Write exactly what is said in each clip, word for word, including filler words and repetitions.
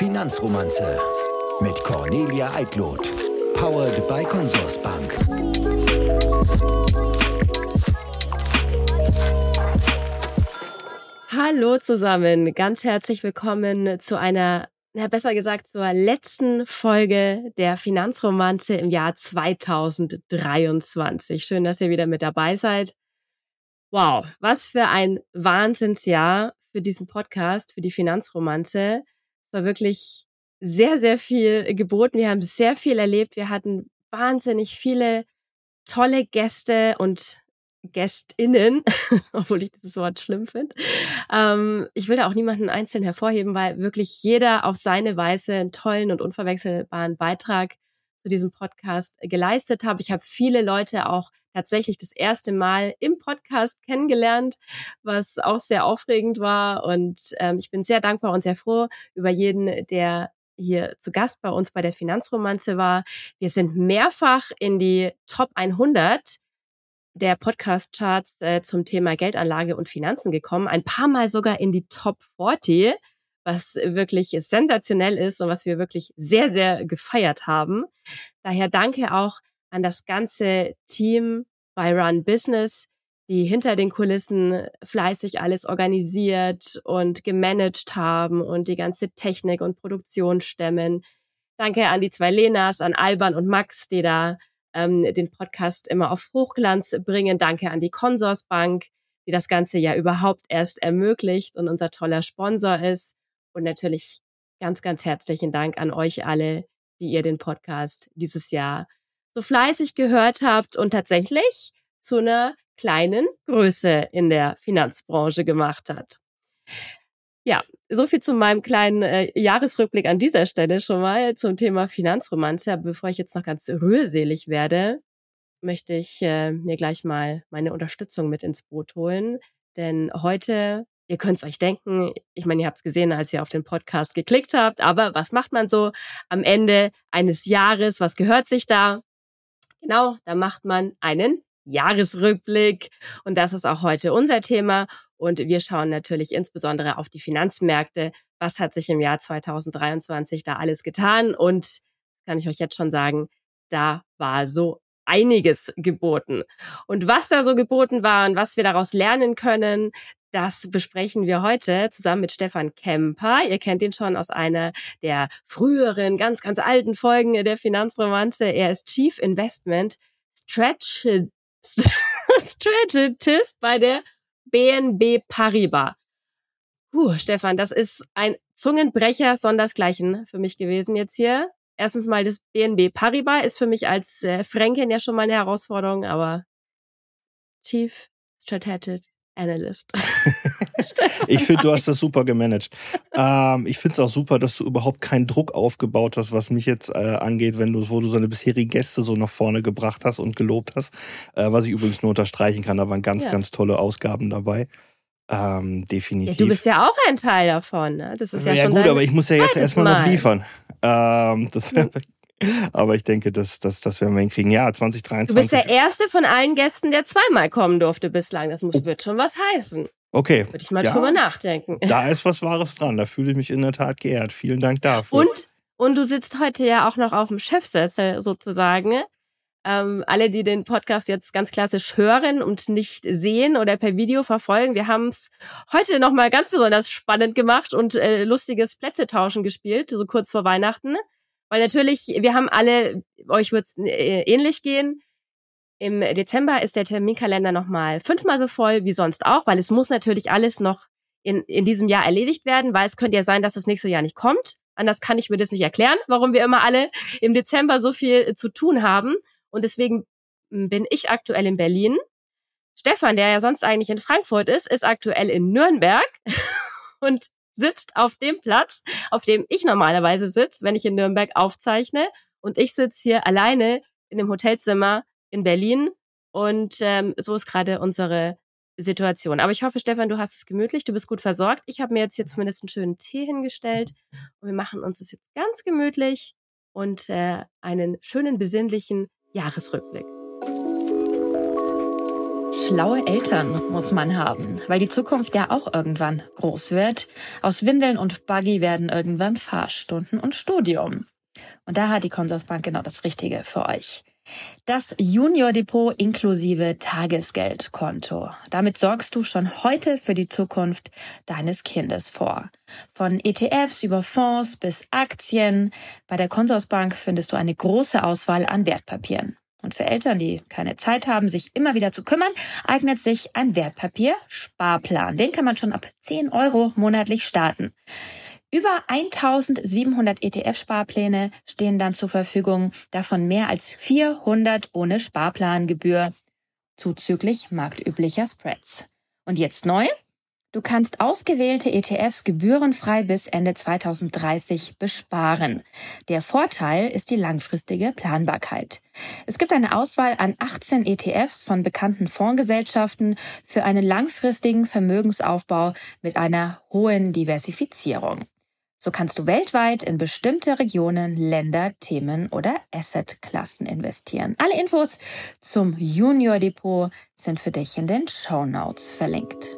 Finanzromanze mit Cornelia Eickloth. Powered by Consorsbank. Hallo zusammen, ganz herzlich willkommen zu einer, na besser gesagt, zur letzten Folge der Finanzromanze im Jahr zweitausenddreiundzwanzig. Schön, dass ihr wieder mit dabei seid. Wow, was für ein Wahnsinnsjahr für diesen Podcast, für die Finanzromanze. Es war wirklich sehr, sehr viel geboten. Wir haben sehr viel erlebt. Wir hatten wahnsinnig viele tolle Gäste und GästInnen, obwohl ich das Wort schlimm finde. Ähm, ich will da auch niemanden einzeln hervorheben, weil wirklich jeder auf seine Weise einen tollen und unverwechselbaren Beitrag zu diesem Podcast geleistet hat. Ich habe viele Leute auch tatsächlich das erste Mal im Podcast kennengelernt, was auch sehr aufregend war. Und ähm, ich bin sehr dankbar und sehr froh über jeden, der hier zu Gast bei uns bei der Finanzromanze war. Wir sind mehrfach in die Top hundert der Podcast-Charts äh, zum Thema Geldanlage und Finanzen gekommen. Ein paar Mal sogar in die Top vierzig, was wirklich sensationell ist und was wir wirklich sehr, sehr gefeiert haben. Daher danke auch an das ganze Team bei Run Business, die hinter den Kulissen fleißig alles organisiert und gemanagt haben und die ganze Technik und Produktion stemmen. Danke an die zwei Lenas, an Alban und Max, die da ähm, den Podcast immer auf Hochglanz bringen. Danke an die Consorsbank, die das Ganze ja überhaupt erst ermöglicht und unser toller Sponsor ist. Und natürlich ganz, ganz herzlichen Dank an euch alle, die ihr den Podcast dieses Jahr so fleißig gehört habt und tatsächlich zu einer kleinen Größe in der Finanzbranche gemacht hat. Ja, so viel zu meinem kleinen äh, Jahresrückblick an dieser Stelle schon mal zum Thema Finanzromanze. Aber bevor ich jetzt noch ganz rührselig werde, möchte ich äh, mir gleich mal meine Unterstützung mit ins Boot holen. Denn heute, ihr könnt es euch denken, ich meine, ihr habt es gesehen, als ihr auf den Podcast geklickt habt, aber was macht man so am Ende eines Jahres? Was gehört sich da? Genau, da macht man einen Jahresrückblick und das ist auch heute unser Thema und wir schauen natürlich insbesondere auf die Finanzmärkte. Was hat sich im Jahr zweitausenddreiundzwanzig da alles getan und kann ich euch jetzt schon sagen, da war so einiges geboten. Und was da so geboten war und was wir daraus lernen können, das besprechen wir heute zusammen mit Stefan Kemper. Ihr kennt ihn schon aus einer der früheren, ganz, ganz alten Folgen der Finanzromanze. Er ist Chief Investment Strategist Strategist bei der B N B Paribas. Puh, Stefan, das ist ein Zungenbrecher sondersgleichen für mich gewesen jetzt hier. Erstens mal das B N B Paribas ist für mich als äh, Fränkin ja schon mal eine Herausforderung, aber Chief Strategic Analyst. Ich finde, du hast das super gemanagt. Ähm, ich finde es auch super, dass du überhaupt keinen Druck aufgebaut hast, was mich jetzt äh, angeht, wenn du, wo du seine bisherigen Gäste so nach vorne gebracht hast und gelobt hast. Äh, was ich übrigens nur unterstreichen kann, da waren ganz, ja. ganz tolle Ausgaben dabei. Ähm, definitiv. Ja, du bist ja auch ein Teil davon, ne? Das ist ja, ja schon gut, aber ich muss ja jetzt erstmal noch liefern. Ähm, das hm. Aber ich denke, das, das, das werden wir hinkriegen. Ja, zwanzig dreiundzwanzig. Du bist der erste von allen Gästen, der zweimal kommen durfte bislang. Das muss, oh. wird schon was heißen. Okay. Würde ich mal ja, drüber nachdenken. Da ist was Wahres dran. Da fühle ich mich in der Tat geehrt. Vielen Dank dafür. Und, und du sitzt heute ja auch noch auf dem Chefsessel sozusagen. Ähm, alle, die den Podcast jetzt ganz klassisch hören und nicht sehen oder per Video verfolgen, wir haben es heute nochmal ganz besonders spannend gemacht und äh, lustiges Plätzetauschen gespielt, so kurz vor Weihnachten. Weil natürlich, wir haben alle, euch wird es äh, ähnlich gehen, im Dezember ist der Terminkalender nochmal fünfmal so voll wie sonst auch, weil es muss natürlich alles noch in, in diesem Jahr erledigt werden, weil es könnte ja sein, dass das nächste Jahr nicht kommt. Anders kann ich mir das nicht erklären, warum wir immer alle im Dezember so viel zu tun haben. Und deswegen bin ich aktuell in Berlin. Stefan, der ja sonst eigentlich in Frankfurt ist, ist aktuell in Nürnberg und sitzt auf dem Platz, auf dem ich normalerweise sitze, wenn ich in Nürnberg aufzeichne. Und ich sitze hier alleine in dem Hotelzimmer in Berlin. Und ähm, so ist gerade unsere Situation. Aber ich hoffe, Stefan, du hast es gemütlich, du bist gut versorgt. Ich habe mir jetzt hier zumindest einen schönen Tee hingestellt. Und wir machen uns das jetzt ganz gemütlich und äh, einen schönen, besinnlichen Jahresrückblick. schlaue Eltern muss man haben, weil die Zukunft ja auch irgendwann groß wird. Aus Windeln und Buggy werden irgendwann Fahrstunden und Studium. Und da hat die Consorsbank genau das Richtige für euch. Das Junior Depot inklusive Tagesgeldkonto. Damit sorgst du schon heute für die Zukunft deines Kindes vor. Von E T Fs über Fonds bis Aktien. Bei der Consorsbank findest du eine große Auswahl an Wertpapieren. Und für Eltern, die keine Zeit haben, sich immer wieder zu kümmern, eignet sich ein Wertpapier-Sparplan. Den kann man schon ab zehn Euro monatlich starten. Über eintausendsiebenhundert E T F-Sparpläne stehen dann zur Verfügung, davon mehr als vierhundert ohne Sparplangebühr, zuzüglich marktüblicher Spreads. Und jetzt neu? Du kannst ausgewählte E T Fs gebührenfrei bis Ende zweitausenddreißig besparen. Der Vorteil ist die langfristige Planbarkeit. Es gibt eine Auswahl an achtzehn E T Fs von bekannten Fondsgesellschaften für einen langfristigen Vermögensaufbau mit einer hohen Diversifizierung. So kannst du weltweit in bestimmte Regionen, Länder, Themen oder Assetklassen investieren. Alle Infos zum Junior Depot sind für dich in den Shownotes verlinkt.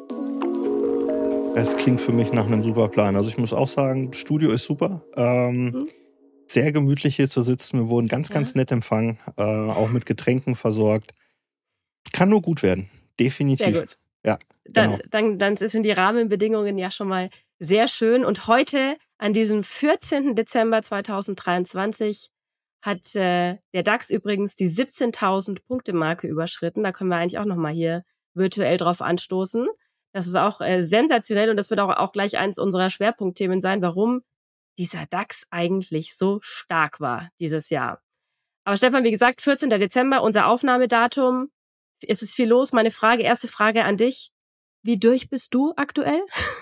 Es klingt für mich nach einem super Plan. Also ich muss auch sagen, Studio ist super. Ähm, mhm. Sehr gemütlich hier zu sitzen. Wir wurden ganz, ja. ganz nett empfangen. Äh, auch mit Getränken versorgt. Kann nur gut werden. Definitiv. Sehr gut. Ja, genau. Dann, dann, dann sind die Rahmenbedingungen ja schon mal sehr schön. Und heute, an diesem vierzehnten Dezember zweitausenddreiundzwanzig, hat äh, der DAX übrigens die siebzehntausend-Punkte-Marke überschritten. Da können wir eigentlich auch nochmal hier virtuell drauf anstoßen. Das ist auch äh, sensationell und das wird auch, auch gleich eins unserer Schwerpunktthemen sein, warum dieser DAX eigentlich so stark war dieses Jahr. Aber Stefan, wie gesagt, vierzehnten Dezember, unser Aufnahmedatum. Es ist viel los. Meine Frage, erste Frage an dich. Wie durch bist du aktuell?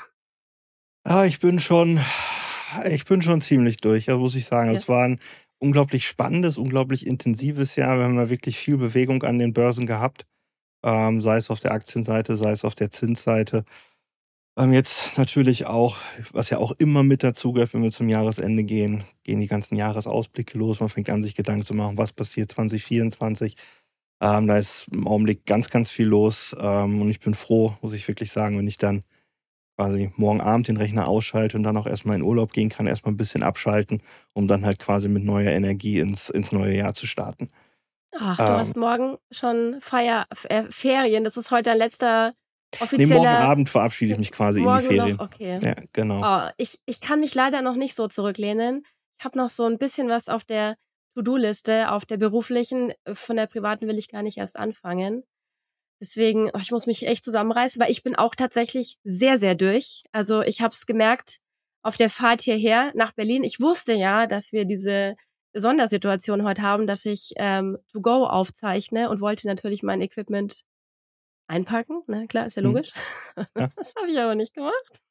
Ah, ich bin schon, ich bin schon ziemlich durch, das muss ich sagen. Ja. Es war ein unglaublich spannendes, unglaublich intensives Jahr. Wir haben ja wirklich viel Bewegung an den Börsen gehabt. Ähm, sei es auf der Aktienseite, sei es auf der Zinsseite. Ähm, jetzt natürlich auch, was ja auch immer mit dazugehört, wenn wir zum Jahresende gehen, gehen die ganzen Jahresausblicke los. Man fängt an, sich Gedanken zu machen, was passiert zwanzig vierundzwanzig. Ähm, da ist im Augenblick ganz, ganz viel los. Ähm, und ich bin froh, muss ich wirklich sagen, wenn ich dann quasi morgen Abend den Rechner ausschalte und dann auch erstmal in Urlaub gehen kann, erstmal ein bisschen abschalten, um dann halt quasi mit neuer Energie ins, ins neue Jahr zu starten. Ach, du ähm, hast morgen schon Feier, äh, Ferien. Das ist heute dein letzter offizieller... Nee, morgen Abend verabschiede ich mich quasi in die Ferien. Noch? Okay. Ja, genau. Oh, ich, ich kann mich leider noch nicht so zurücklehnen. Ich habe noch so ein bisschen was auf der To-Do-Liste, auf der beruflichen. Von der privaten will ich gar nicht erst anfangen. Deswegen, oh, ich muss mich echt zusammenreißen, weil ich bin auch tatsächlich sehr, sehr durch. Also ich habe es gemerkt auf der Fahrt hierher nach Berlin. Ich wusste ja, dass wir diese Sondersituation heute haben, dass ich ähm, To Go aufzeichne und wollte natürlich mein Equipment einpacken. Ne? Klar, ist ja logisch. Hm. Ja. Das habe ich aber nicht gemacht.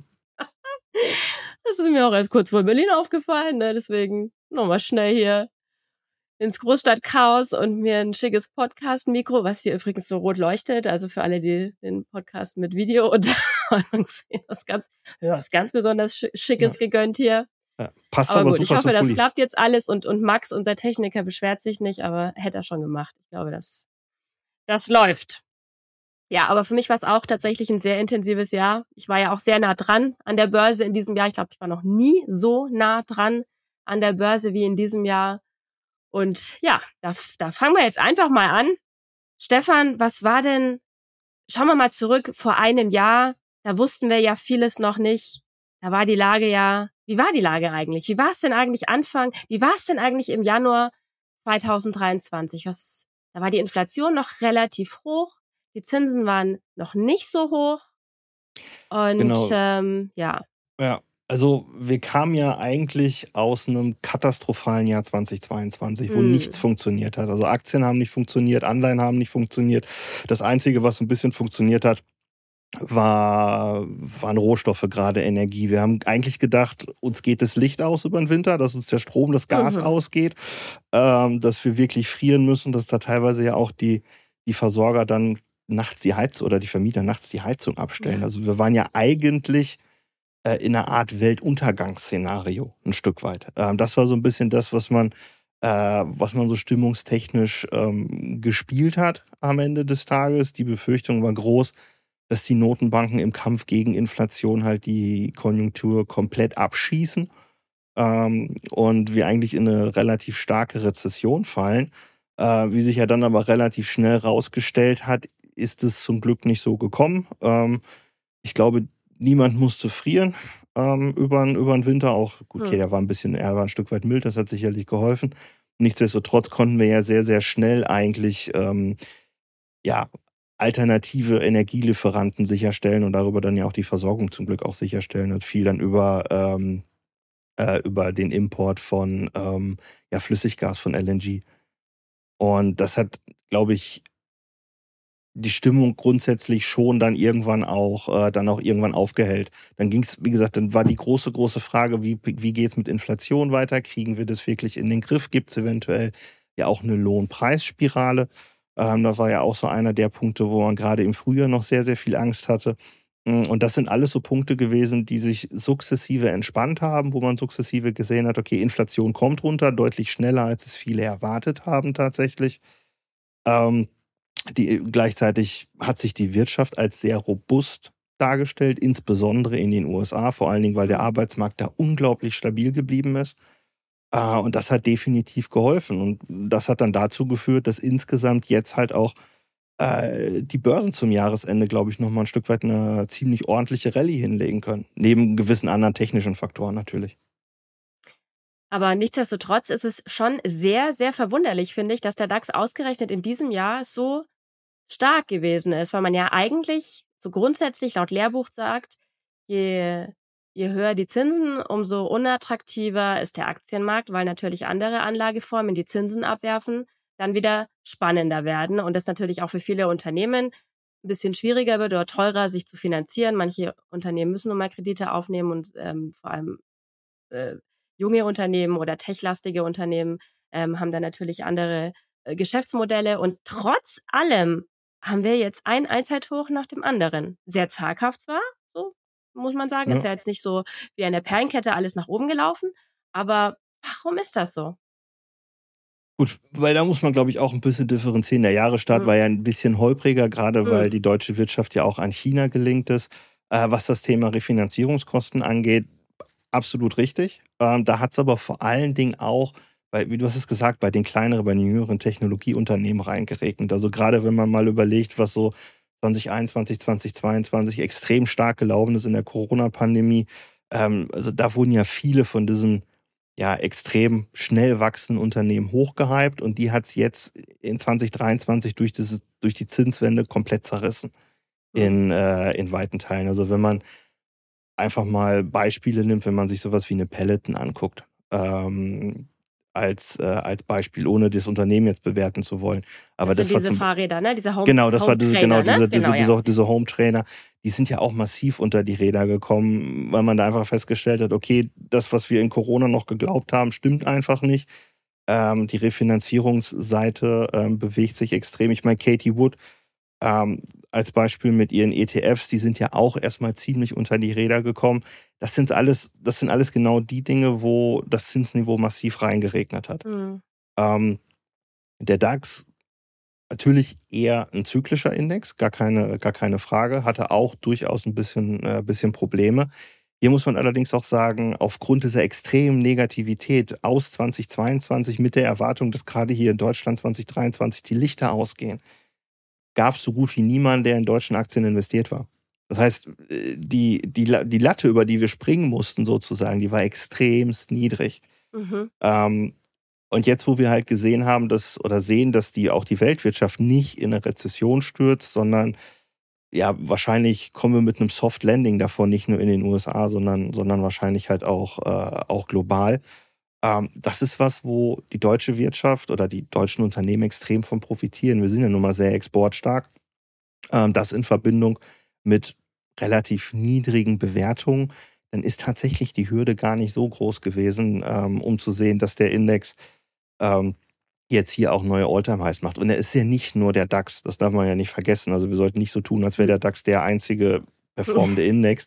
Das ist mir auch erst kurz vor Berlin aufgefallen. Ne? Deswegen nochmal schnell hier ins Großstadtchaos und mir ein schickes Podcast-Mikro, was hier übrigens so rot leuchtet. Also für alle, die den Podcast mit Video und sehen, das ganz, ja, was ganz besonders Schickes ja. gegönnt hier. Ja, passt aber, aber gut, super ich hoffe, das Pulli. klappt jetzt alles und, und Max, unser Techniker, beschwert sich nicht, aber hätte er schon gemacht. Ich glaube, das, das läuft. Ja, aber für mich war es auch tatsächlich ein sehr intensives Jahr. Ich war ja auch sehr nah dran an der Börse in diesem Jahr. Ich glaube, ich war noch nie so nah dran an der Börse wie in diesem Jahr. Und ja, da, da fangen wir jetzt einfach mal an. Stefan, was war denn, schauen wir mal zurück, vor einem Jahr, da wussten wir ja vieles noch nicht. Da war die Lage ja, wie war die Lage eigentlich? Wie war es denn eigentlich Anfang, wie war es denn eigentlich im Januar zweitausenddreiundzwanzig? Was, da war die Inflation noch relativ hoch, die Zinsen waren noch nicht so hoch. Und genau. ähm, ja. Ja. Also wir kamen ja eigentlich aus einem katastrophalen Jahr zweitausendzweiundzwanzig, wo hm. nichts funktioniert hat. Also Aktien haben nicht funktioniert, Anleihen haben nicht funktioniert. Das Einzige, was ein bisschen funktioniert hat, war, waren Rohstoffe, gerade Energie. Wir haben eigentlich gedacht, uns geht das Licht aus über den Winter, dass uns der Strom, das Gas mhm. ausgeht, ähm, dass wir wirklich frieren müssen, dass da teilweise ja auch die, die Versorger dann nachts die Heizung oder die Vermieter nachts die Heizung abstellen. Ja. Also wir waren ja eigentlich in einer Art Weltuntergangsszenario, ein Stück weit. Das war so ein bisschen das, was man äh, was man so stimmungstechnisch ähm, gespielt hat am Ende des Tages. Die Befürchtung war groß, dass die Notenbanken im Kampf gegen Inflation halt die Konjunktur komplett abschießen ähm, und wir eigentlich in eine relativ starke Rezession fallen. Äh, wie sich ja dann aber relativ schnell rausgestellt hat, ist es zum Glück nicht so gekommen. Ähm, ich glaube, niemand musste frieren ähm, über, über den Winter. Auch, gut, okay, der war ein bisschen, er war ein Stück weit mild, das hat sicherlich geholfen. Nichtsdestotrotz konnten wir ja sehr, sehr schnell eigentlich ähm, ja, alternative Energielieferanten sicherstellen und darüber dann ja auch die Versorgung zum Glück auch sicherstellen. Und viel dann über, ähm, äh, über den Import von ähm, ja, Flüssiggas, von L N G. Und das hat, glaube ich, die Stimmung grundsätzlich schon dann irgendwann auch, äh, dann auch irgendwann aufgehellt. Dann ging es, wie gesagt, dann war die große, große Frage, wie, wie geht es mit Inflation weiter? Kriegen wir das wirklich in den Griff? Gibt es eventuell ja auch eine Lohnpreisspirale? Ähm, das war ja auch so einer der Punkte, wo man gerade im Frühjahr noch sehr, sehr viel Angst hatte. Und das sind alles so Punkte gewesen, die sich sukzessive entspannt haben, wo man sukzessive gesehen hat, okay, Inflation kommt runter, deutlich schneller, als es viele erwartet haben tatsächlich. Ähm, die, gleichzeitig hat sich die Wirtschaft als sehr robust dargestellt, insbesondere in den U S A, vor allen Dingen, weil der Arbeitsmarkt da unglaublich stabil geblieben ist. Äh, und das hat definitiv geholfen. Und das hat dann dazu geführt, dass insgesamt jetzt halt auch äh, die Börsen zum Jahresende, glaube ich, nochmal ein Stück weit eine ziemlich ordentliche Rallye hinlegen können. Neben gewissen anderen technischen Faktoren natürlich. Aber nichtsdestotrotz ist es schon sehr, sehr verwunderlich, finde ich, dass der DAX ausgerechnet in diesem Jahr so stark gewesen ist, weil man ja eigentlich so grundsätzlich laut Lehrbuch sagt, je, je höher die Zinsen, umso unattraktiver ist der Aktienmarkt, weil natürlich andere Anlageformen, die Zinsen abwerfen, dann wieder spannender werden und das natürlich auch für viele Unternehmen ein bisschen schwieriger wird oder teurer, sich zu finanzieren. Manche Unternehmen müssen nun mal Kredite aufnehmen und ähm, vor allem äh, junge Unternehmen oder techlastige Unternehmen ähm, haben dann natürlich andere äh, Geschäftsmodelle und trotz allem haben wir jetzt ein Allzeithoch nach dem anderen. Sehr zaghaft zwar, so muss man sagen, Ja. ist ja jetzt nicht so wie eine Perlenkette alles nach oben gelaufen, aber warum ist das so? Gut, weil da muss man, glaube ich, auch ein bisschen differenzieren. Der Jahresstart Mhm. war ja ein bisschen holpriger, gerade Mhm. weil die deutsche Wirtschaft ja auch an China gelingt ist. Äh, was das Thema Refinanzierungskosten angeht, absolut richtig. Ähm, da hat es aber vor allen Dingen auch, bei, wie du hast es gesagt, bei den kleineren, bei den jüngeren Technologieunternehmen reingeregnet. Also gerade wenn man mal überlegt, was so zwanzig einundzwanzig, zwanzig zweiundzwanzig extrem stark gelaufen ist in der Corona-Pandemie. Ähm, also da wurden ja viele von diesen ja, extrem schnell wachsenden Unternehmen hochgehypt und die hat es jetzt in zwanzig dreiundzwanzig durch, dieses, durch die Zinswende komplett zerrissen in, äh, in weiten Teilen. Also wenn man einfach mal Beispiele nimmt, wenn man sich sowas wie eine Peloton anguckt, ähm, als, äh, als Beispiel, ohne das Unternehmen jetzt bewerten zu wollen. Aber das das, sind war diese zum, Fahrräder, ne? Diese Home genau, das war Home diese, Trainer, genau, diese, ne? diese, Genau, diese, ja. diese Home-Trainer, die sind ja auch massiv unter die Räder gekommen, weil man da einfach festgestellt hat, okay, das, was wir in Corona noch geglaubt haben, stimmt einfach nicht. Ähm, die Refinanzierungsseite ähm, bewegt sich extrem. Ich meine, Katie Wood ähm, als Beispiel mit ihren E T Fs, die sind ja auch erstmal ziemlich unter die Räder gekommen. Das sind alles, das sind alles genau die Dinge, wo das Zinsniveau massiv reingeregnet hat. Mhm. Ähm, der DAX, natürlich eher ein zyklischer Index, gar keine, gar keine Frage, hatte auch durchaus ein bisschen, äh, bisschen Probleme. Hier muss man allerdings auch sagen, aufgrund dieser extremen Negativität aus zwanzig zweiundzwanzig mit der Erwartung, dass gerade hier in Deutschland zwanzig dreiundzwanzig die Lichter ausgehen, gab es so gut wie niemanden, der in deutschen Aktien investiert war. Das heißt, die, die, die Latte, über die wir springen mussten sozusagen, die war extremst niedrig. Mhm. Ähm, und jetzt, wo wir halt gesehen haben, dass oder sehen, dass die auch die Weltwirtschaft nicht in eine Rezession stürzt, sondern ja, wahrscheinlich kommen wir mit einem Soft Landing davon, nicht nur in den U S A, sondern, sondern wahrscheinlich halt auch, äh, auch global. Ähm, das ist was, wo die deutsche Wirtschaft oder die deutschen Unternehmen extrem von profitieren. Wir sind ja nun mal sehr exportstark. Ähm, das in Verbindung mit relativ niedrigen Bewertungen, dann ist tatsächlich die Hürde gar nicht so groß gewesen, ähm, um zu sehen, dass der Index ähm, jetzt hier auch neue All-Time-Highs macht. Und er ist ja nicht nur der DAX, das darf man ja nicht vergessen. Also wir sollten nicht so tun, als wäre der DAX der einzige performende Index.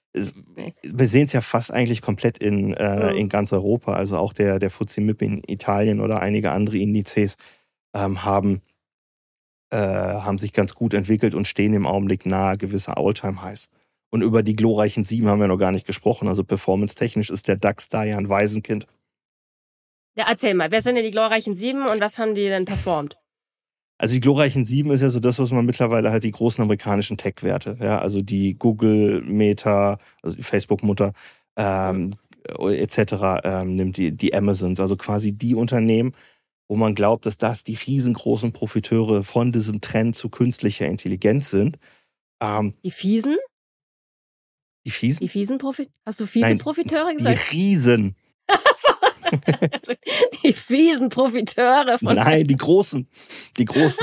es, Nee. wir sehen es ja fast eigentlich komplett in, äh, Mhm. in ganz Europa. Also auch der, der F T S E M I P in Italien oder einige andere Indizes ähm, haben, äh, haben sich ganz gut entwickelt und stehen im Augenblick nahe gewisser All-Time-Highs. Und über die glorreichen Sieben haben wir noch gar nicht gesprochen. Also performance-technisch ist der DAX da ja ein Waisenkind. Ja, erzähl mal, wer sind denn die glorreichen Sieben und was haben die denn performt? Also die glorreichen Sieben ist ja so das, was man mittlerweile halt die großen amerikanischen Tech-Werte, ja, also die Google, Meta, also die Facebook-Mutter, ähm, et cetera ähm, nimmt, die, die Amazons, also quasi die Unternehmen, wo man glaubt, dass das die riesengroßen Profiteure von diesem Trend zu künstlicher Intelligenz sind. Ähm, Die Fiesen? die Fiesen? Die fiesen Profiteure? Hast du fiese Nein, Profiteure die gesagt? Riesen. Die fiesen Profiteure von. Nein, die Großen. Die Großen.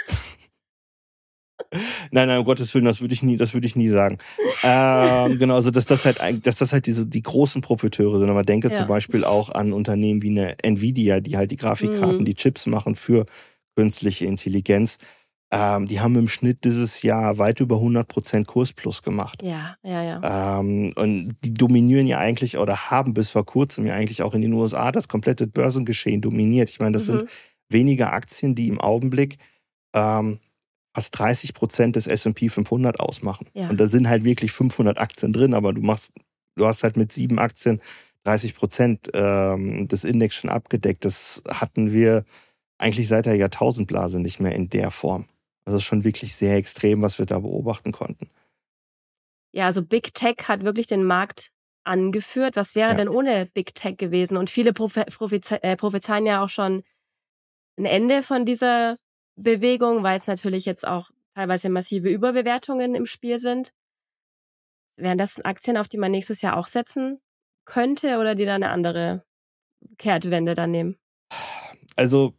Nein, nein, um Gottes Willen, das würde ich nie, das würde ich nie sagen. Ähm, genau, also dass das halt, ein- dass das halt diese die großen Profiteure sind. Aber denke Ja. zum Beispiel auch an Unternehmen wie eine Nvidia, die halt die Grafikkarten, Mhm. die Chips machen für künstliche Intelligenz. Ähm, die haben im Schnitt dieses Jahr weit über hundert Prozent Kursplus gemacht. Ja, ja, ja. Ähm, und die dominieren ja eigentlich oder haben bis vor kurzem ja eigentlich auch in den U S A das komplette Börsengeschehen dominiert. Ich meine, das Mhm. sind wenige Aktien, die im Augenblick ähm, fast dreißig Prozent des S und P fünfhundert ausmachen. Ja. Und da sind halt wirklich fünfhundert Aktien drin, aber du machst, du hast halt mit sieben Aktien dreißig Prozent ähm, des Index schon abgedeckt. Das hatten wir eigentlich seit der Jahrtausendblase nicht mehr in der Form. Also es ist schon wirklich sehr extrem, was wir da beobachten konnten. Ja, also Big Tech hat wirklich den Markt angeführt. Was wäre Ja. denn ohne Big Tech gewesen? Und viele prophe prophe äh, prophezeien ja auch schon ein Ende von dieser Bewegung, weil es natürlich jetzt auch teilweise massive Überbewertungen im Spiel sind. Wären das Aktien, auf die man nächstes Jahr auch setzen könnte oder die da eine andere Kehrtwende dann nehmen? Also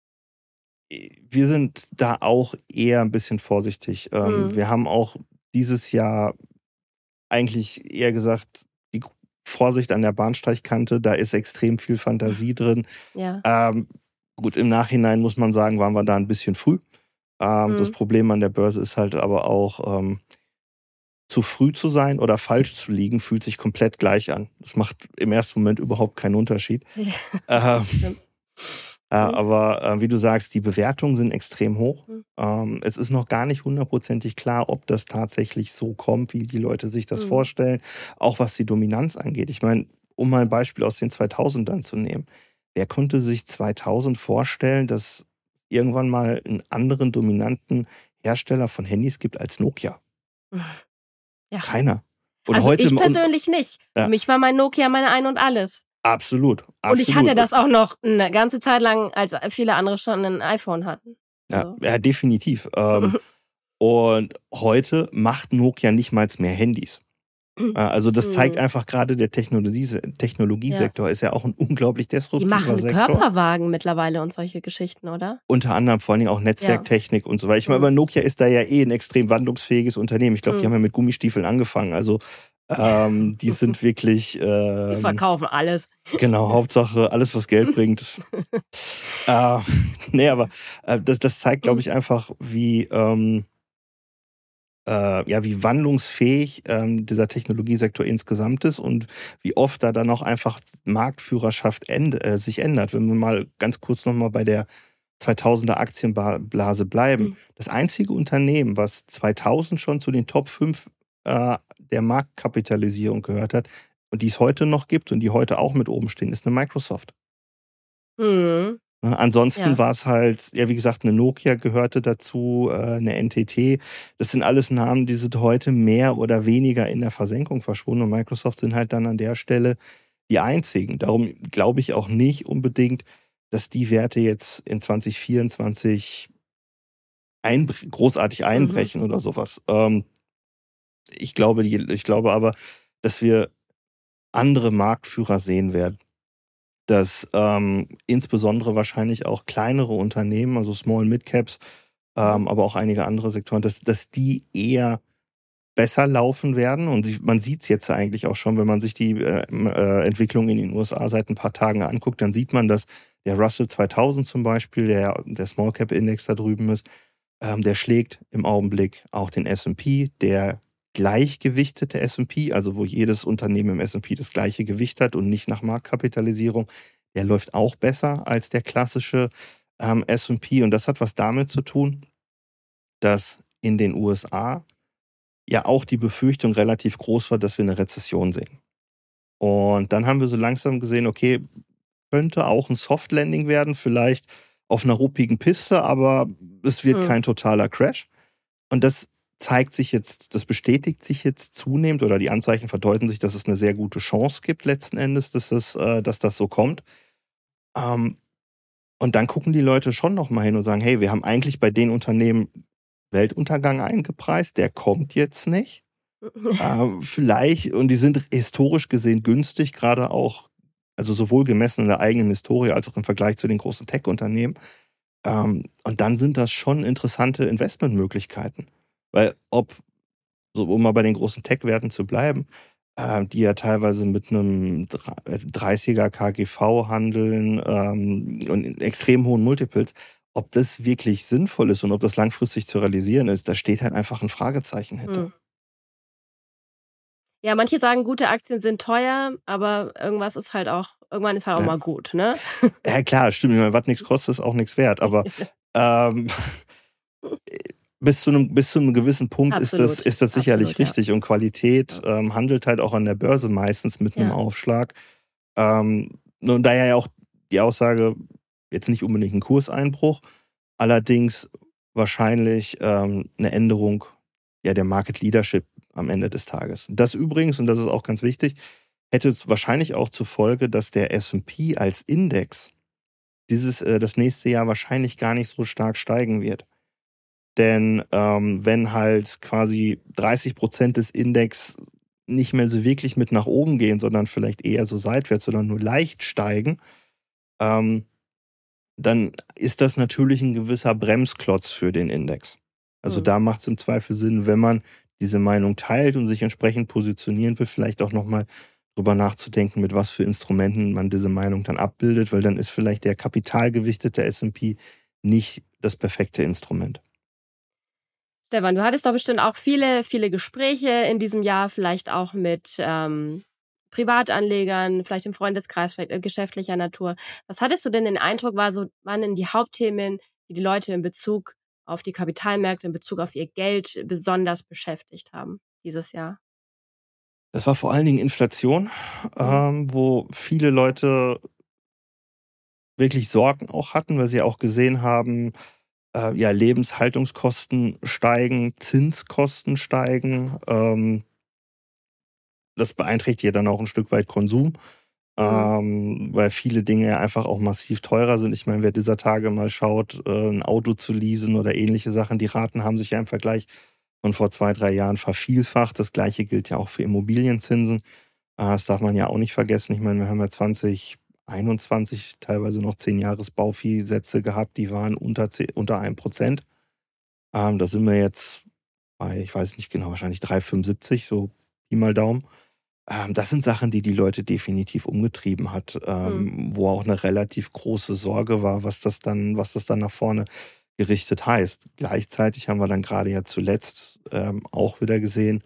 wir sind da auch eher ein bisschen vorsichtig. Ähm, Mhm. Wir haben auch dieses Jahr eigentlich eher gesagt, die Vorsicht an der Bahnsteigkante, da ist extrem viel Fantasie drin. Ja. Ähm, gut, im Nachhinein muss man sagen, waren wir da ein bisschen früh. Ähm, Mhm. Das Problem an der Börse ist halt aber auch, ähm, zu früh zu sein oder falsch zu liegen, fühlt sich komplett gleich an. Das macht im ersten Moment überhaupt keinen Unterschied. Ja. Ähm, Stimmt. äh, aber äh, wie du sagst, die Bewertungen sind extrem hoch. Mhm. Ähm, es ist noch gar nicht hundertprozentig klar, ob das tatsächlich so kommt, wie die Leute sich das Mhm. vorstellen. Auch was die Dominanz angeht. Ich meine, um mal ein Beispiel aus den zweitausendern zu nehmen. Wer konnte sich zweitausend vorstellen, dass irgendwann mal einen anderen dominanten Hersteller von Handys gibt als Nokia? Ja. Keiner. Und Also heute ich und- persönlich nicht. Ja. Für mich war mein Nokia meine Ein und Alles. Absolut, absolut. Und ich hatte das auch noch eine ganze Zeit lang, als viele andere schon ein iPhone hatten. Ja, Also. ja definitiv. Ähm, und heute macht Nokia nicht mal mehr Handys. Äh, Also das zeigt Mhm. einfach gerade, der Technologie Technologiesektor ist ja auch ein unglaublich Die disruptiver machen Sektor. Körperwagen mittlerweile und solche Geschichten, oder? Unter anderem vor allem auch Netzwerktechnik und so weiter. Ich meine, Mhm. aber Nokia ist da ja eh ein extrem wandlungsfähiges Unternehmen. Ich glaube, die Mhm. haben ja mit Gummistiefeln angefangen. Also ähm, die sind wirklich... Die Ähm, verkaufen alles. Genau, Hauptsache alles, was Geld bringt. äh, nee, aber äh, das, das zeigt, glaube ich, einfach, wie, ähm, äh, ja, wie wandlungsfähig ähm, dieser Technologiesektor insgesamt ist und wie oft da dann auch einfach Marktführerschaft änd äh, sich ändert. Wenn wir mal ganz kurz nochmal bei der zweitausender Aktienblase bleiben. Mhm. Das einzige Unternehmen, was zweitausend schon zu den Top fünf äh, der Marktkapitalisierung gehört hat, und die es heute noch gibt und die heute auch mit oben stehen, ist eine Microsoft. Mhm. Ne, Ansonsten Ja. war es halt, ja wie gesagt, eine Nokia gehörte dazu, äh, eine N T T. Das sind alles Namen, die sind heute mehr oder weniger in der Versenkung verschwunden und Microsoft sind halt dann an der Stelle die einzigen. Darum glaube ich auch nicht unbedingt, dass die Werte jetzt in zwanzig vierundzwanzig einbre- großartig einbrechen oder sowas. Ähm, ich glaube, die- ich glaube aber, dass wir andere Marktführer sehen werden. Dass ähm, insbesondere wahrscheinlich auch kleinere Unternehmen, also Small- und Mid-Caps, ähm, Mhm. aber auch einige andere Sektoren, dass, dass die eher besser laufen werden. Und sie- man sieht es jetzt eigentlich auch schon, wenn man sich die äh, äh, Entwicklung in den U S A seit ein paar Tagen anguckt, dann sieht man, dass der Russell zweitausend zum Beispiel, der, der Small-Cap-Index da drüben ist, ähm, der schlägt im Augenblick auch den S und P, der gleichgewichtete S und P, also wo jedes Unternehmen im S und P das gleiche Gewicht hat und nicht nach Marktkapitalisierung, der läuft auch besser als der klassische ähm, S und P. Und das hat was damit zu tun, dass in den U S A ja auch die Befürchtung relativ groß war, dass wir eine Rezession sehen. Und dann haben wir so langsam gesehen, okay, könnte auch ein Soft Landing werden, vielleicht auf einer ruppigen Piste, aber es wird Hm. kein totaler Crash. Und das zeigt sich jetzt, das bestätigt sich jetzt zunehmend oder die Anzeichen verdeuten sich, dass es eine sehr gute Chance gibt letzten Endes, dass das, äh, dass das so kommt. Ähm, und dann gucken die Leute schon nochmal hin und sagen, hey, wir haben eigentlich bei den Unternehmen Weltuntergang eingepreist, der kommt jetzt nicht. äh, vielleicht, und die sind historisch gesehen günstig, gerade auch, also sowohl gemessen in der eigenen Historie als auch im Vergleich zu den großen Tech-Unternehmen. Ähm, und dann sind das schon interessante Investmentmöglichkeiten. Weil ob, so um mal bei den großen Tech-Werten zu bleiben, äh, die ja teilweise mit einem dreißiger K G V handeln ähm, und in extrem hohen Multiples, ob das wirklich sinnvoll ist und ob das langfristig zu realisieren ist, da steht halt einfach ein Fragezeichen hinter. Hm. Ja, manche sagen, gute Aktien sind teuer, aber irgendwas ist halt auch, irgendwann ist halt auch Ja. mal gut, ne? Ja, klar, stimmt. Ich meine, was nichts kostet, ist auch nichts wert. Aber ähm, bis, zu einem, bis zu einem gewissen Punkt ist das, Absolut, ist das sicherlich absolut, ja. richtig. Und Qualität ähm, handelt halt auch an der Börse meistens mit einem Ja. Aufschlag. Ähm, und daher ja auch die Aussage, jetzt nicht unbedingt ein Kurseinbruch, allerdings wahrscheinlich ähm, eine Änderung ja, der Market Leadership am Ende des Tages. Das übrigens, und das ist auch ganz wichtig, hätte es wahrscheinlich auch zur Folge, dass der S und P als Index dieses, äh, das nächste Jahr wahrscheinlich gar nicht so stark steigen wird. Denn ähm, wenn halt quasi dreißig Prozent des Index nicht mehr so wirklich mit nach oben gehen, sondern vielleicht eher so seitwärts oder nur leicht steigen, ähm, dann ist das natürlich ein gewisser Bremsklotz für den Index. Also Hm. da macht es im Zweifel Sinn, wenn man diese Meinung teilt und sich entsprechend positionieren will, vielleicht auch nochmal drüber nachzudenken, mit was für Instrumenten man diese Meinung dann abbildet, weil dann ist vielleicht der kapitalgewichtete S und P nicht das perfekte Instrument. Stefan, du hattest doch bestimmt auch viele, viele Gespräche in diesem Jahr, vielleicht auch mit ähm, Privatanlegern, vielleicht im Freundeskreis, vielleicht äh, geschäftlicher Natur. Was hattest du denn den Eindruck, war so, waren denn die Hauptthemen, die die Leute in Bezug auf die Kapitalmärkte, in Bezug auf ihr Geld besonders beschäftigt haben dieses Jahr? Das war vor allen Dingen Inflation, Mhm. ähm, wo viele Leute wirklich Sorgen auch hatten, weil sie auch gesehen haben, äh, ja, Lebenshaltungskosten steigen, Zinskosten steigen. Ähm, das beeinträchtigt ja dann auch ein Stück weit Konsum, Mhm. ähm, weil viele Dinge einfach auch massiv teurer sind. Ich meine, wer dieser Tage mal schaut, äh, ein Auto zu leasen oder ähnliche Sachen, die Raten haben sich ja im Vergleich von vor zwei, drei Jahren vervielfacht. Das Gleiche gilt ja auch für Immobilienzinsen. Äh, das darf man ja auch nicht vergessen. Ich meine, wir haben ja zwanzig einundzwanzig teilweise noch zehn Jahres Bauviehsätze gehabt, die waren unter, zehn, unter ein Prozent. Ähm, da sind wir jetzt bei, ich weiß nicht genau, wahrscheinlich drei Komma fünfundsiebzig, so Pi mal Daumen. Ähm, das sind Sachen, die die Leute definitiv umgetrieben hat, ähm, Mhm. wo auch eine relativ große Sorge war, was das dann, was das dann nach vorne gerichtet heißt. Gleichzeitig haben wir dann gerade ja zuletzt ähm, auch wieder gesehen,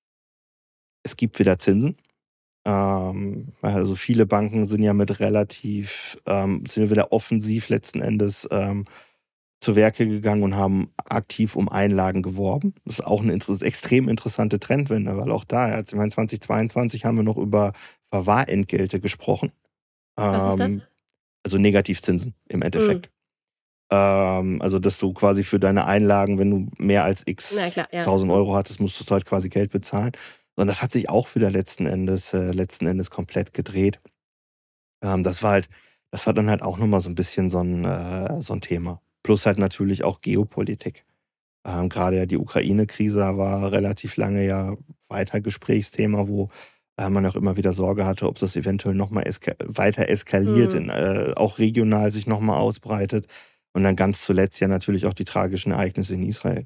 es gibt wieder Zinsen. Ähm, also viele Banken sind ja mit relativ, ähm, sind wieder offensiv letzten Endes ähm, zu Werke gegangen und haben aktiv um Einlagen geworben. Das ist auch eine inter- extrem interessante Trendwende, weil auch da, also ich meine, zwanzig zweiundzwanzig haben wir noch über Verwahrentgelte gesprochen. Was ist das? Ähm, also Negativzinsen im Mhm. Endeffekt. Ähm, also, dass du quasi für deine Einlagen, wenn du mehr als Na x klar, ja. tausend Mhm. Euro hattest, musstest du halt quasi Geld bezahlen. Und das hat sich auch wieder letzten Endes, äh, letzten Endes komplett gedreht. Ähm, das war halt, das war dann halt auch nochmal so ein bisschen so ein, äh, so ein Thema. Plus halt natürlich auch Geopolitik. Ähm, gerade ja die Ukraine-Krise war relativ lange ja weiter Gesprächsthema, wo äh, man auch immer wieder Sorge hatte, ob das eventuell nochmal eska weiter eskaliert, Mhm. in, äh, auch regional sich nochmal ausbreitet. Und dann ganz zuletzt ja natürlich auch die tragischen Ereignisse in Israel.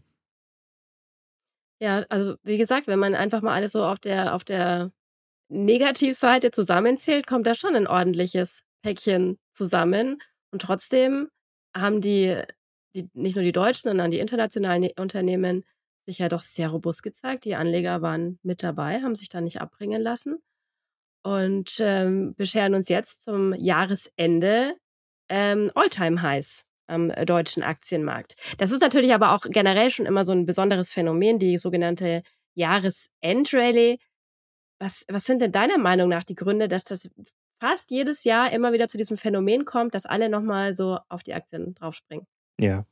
Ja, also wie gesagt, wenn man einfach mal alles so auf der, auf der Negativseite zusammenzählt, kommt da schon ein ordentliches Päckchen zusammen. Und trotzdem haben die, die nicht nur die deutschen, sondern die internationalen Ne- Unternehmen sich ja doch sehr robust gezeigt. Die Anleger waren mit dabei, haben sich da nicht abbringen lassen und ähm, bescheren uns jetzt zum Jahresende ähm, All-Time-Highs am äh, deutschen Aktienmarkt. Das ist natürlich aber auch generell schon immer so ein besonderes Phänomen, die sogenannte Jahresendrallye. Was, was sind denn deiner Meinung nach die Gründe, dass das fast jedes Jahr immer wieder zu diesem Phänomen kommt, dass alle nochmal so auf die Aktien draufspringen? Ja.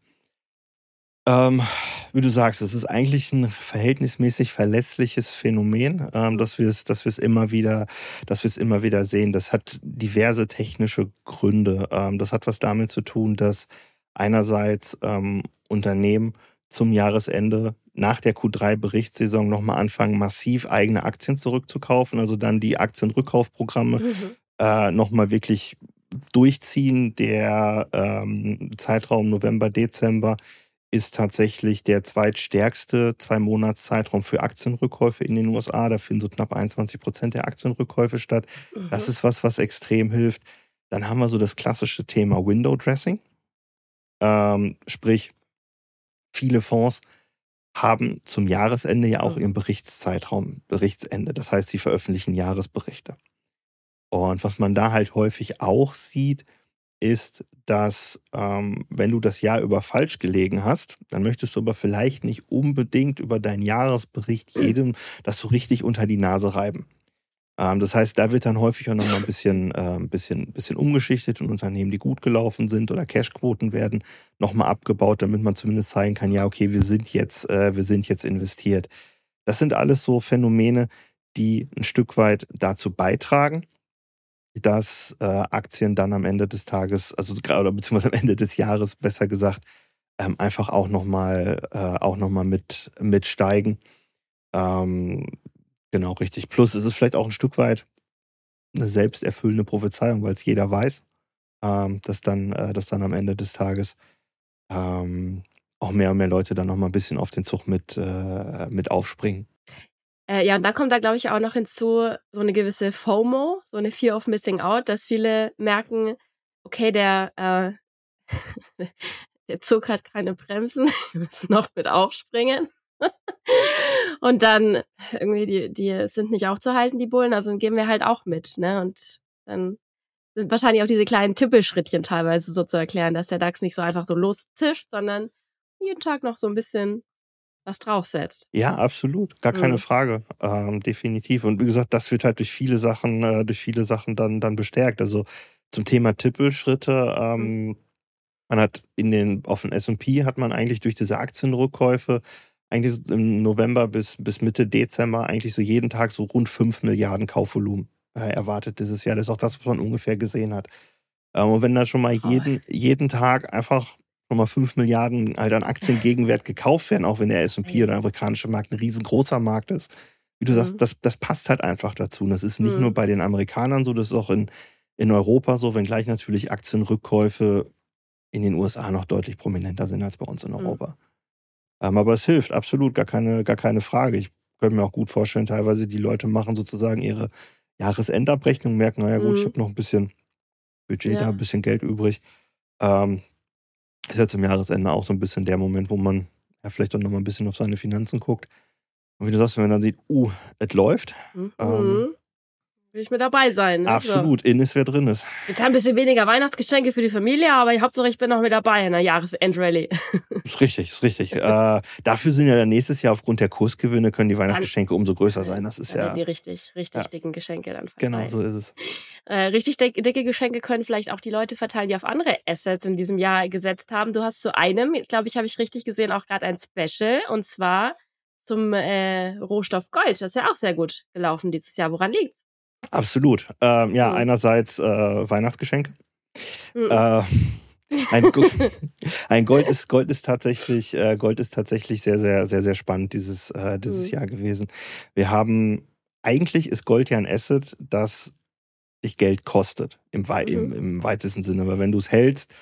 Ähm, wie du sagst, es ist eigentlich ein verhältnismäßig verlässliches Phänomen, ähm, dass wir es, dass wir es immer wieder, dass wir es immer wieder sehen. Das hat diverse technische Gründe. Ähm, das hat was damit zu tun, dass einerseits ähm, Unternehmen zum Jahresende nach der Q drei Berichtssaison nochmal anfangen, massiv eigene Aktien zurückzukaufen, also dann die Aktienrückkaufprogramme Mhm. äh, nochmal wirklich durchziehen. Der ähm, Zeitraum November, Dezember ist tatsächlich der zweitstärkste Zwei-Monats-Zeitraum für Aktienrückkäufe in den U S A. Da finden so knapp einundzwanzig Prozent der Aktienrückkäufe statt. Mhm. Das ist was, was extrem hilft. Dann haben wir so das klassische Thema Window Dressing. Ähm, sprich, viele Fonds haben zum Jahresende ja auch Mhm. ihren Berichtszeitraum, Berichtsende. Das heißt, sie veröffentlichen Jahresberichte. Und was man da halt häufig auch sieht, ist, dass ähm, wenn du das Jahr über falsch gelegen hast, dann möchtest du aber vielleicht nicht unbedingt über deinen Jahresbericht jedem das so richtig unter die Nase reiben. Ähm, das heißt, da wird dann häufig auch nochmal ein bisschen, äh, ein bisschen, bisschen umgeschichtet und Unternehmen, die gut gelaufen sind oder Cashquoten werden nochmal abgebaut, damit man zumindest zeigen kann, ja, okay, wir sind jetzt, äh, wir sind jetzt investiert. Das sind alles so Phänomene, die ein Stück weit dazu beitragen, dass äh, Aktien dann am Ende des Tages, also oder beziehungsweise am Ende des Jahres besser gesagt, ähm, einfach auch nochmal äh, auch noch mal mit, mit steigen. Ähm, genau, richtig. Plus ist es vielleicht auch ein Stück weit eine selbsterfüllende Prophezeiung, weil es jeder weiß, ähm, dass, dann, äh, dass dann am Ende des Tages ähm, auch mehr und mehr Leute dann nochmal ein bisschen auf den Zug mit, äh, mit aufspringen. Äh, ja, und dann kommt da, glaube ich, auch noch hinzu so eine gewisse FOMO, so eine Fear of Missing Out, dass viele merken, okay, der, äh, der Zug hat keine Bremsen, wir müssen noch mit aufspringen. Und dann irgendwie, die, die sind nicht aufzuhalten, die Bullen, also dann gehen wir halt auch mit, ne? Und dann sind wahrscheinlich auch diese kleinen Tippelschrittchen teilweise so zu erklären, dass der DAX nicht so einfach so loszischt, sondern jeden Tag noch so ein bisschen was draufsetzt. Ja, absolut, gar keine Mhm. Frage, ähm, definitiv. Und wie gesagt, das wird halt durch viele Sachen, äh, durch viele Sachen dann, dann bestärkt. Also zum Thema Tippelschritte, ähm, Mhm. man hat in den, auf den S und P hat man eigentlich durch diese Aktienrückkäufe eigentlich so im November bis, bis Mitte Dezember eigentlich so jeden Tag so rund fünf Milliarden Kaufvolumen äh, erwartet dieses Jahr. Das ist auch das, was man ungefähr gesehen hat. Ähm, und wenn da schon mal Oh. jeden, jeden Tag einfach schon mal fünf Milliarden halt an Aktiengegenwert gekauft werden, auch wenn der S und P Ey. oder der amerikanische Markt ein riesengroßer Markt ist. Wie du Mhm. sagst, das, das passt halt einfach dazu. Und das ist nicht Mhm. nur bei den Amerikanern so, das ist auch in, in Europa so, wenngleich natürlich Aktienrückkäufe in den U S A noch deutlich prominenter sind als bei uns in Mhm. Europa. Ähm, aber es hilft, absolut, gar keine, gar keine Frage. Ich könnte mir auch gut vorstellen, teilweise die Leute machen sozusagen ihre Jahresendabrechnung, merken, naja gut, ich Mhm. habe noch ein bisschen Budget da, Ja. ein bisschen Geld übrig. Ähm, ist ja zum Jahresende auch so ein bisschen der Moment, wo man ja vielleicht auch noch mal ein bisschen auf seine Finanzen guckt. Und wie du sagst, wenn man dann sieht, uh, es läuft, Mhm. ähm, Will ich mit dabei sein, ne? So. absolut, in ist, wer drin ist. Jetzt ein bisschen weniger Weihnachtsgeschenke für die Familie, aber Hauptsache ich bin noch mit dabei in der Jahresendrallye. Ist richtig, ist richtig. äh, dafür sind ja dann nächstes Jahr aufgrund der Kursgewinne können die Dann, Weihnachtsgeschenke umso größer sein. Das ist dann werden die ja, richtig, richtig ja, dicken Geschenke dann genau, verteilt. so ist es. Äh, richtig dick, dicke Geschenke können vielleicht auch die Leute verteilen, die auf andere Assets in diesem Jahr gesetzt haben. Du hast zu einem, glaube ich, habe ich richtig gesehen, auch gerade ein Special, und zwar zum äh, Rohstoff Gold. Das ist ja auch sehr gut gelaufen dieses Jahr. Woran liegt's? Absolut. Ähm, ja, Hm. einerseits äh, Weihnachtsgeschenke. Mhm. Äh, ein, Go- ein Gold ist Gold ist tatsächlich äh, Gold ist tatsächlich sehr sehr sehr sehr spannend dieses äh, dieses Mhm. Jahr gewesen. Wir haben eigentlich ist Gold ja ein Asset, das dich Geld kostet im, wei im, Mhm. im weitesten Sinne, weil wenn du es hältst,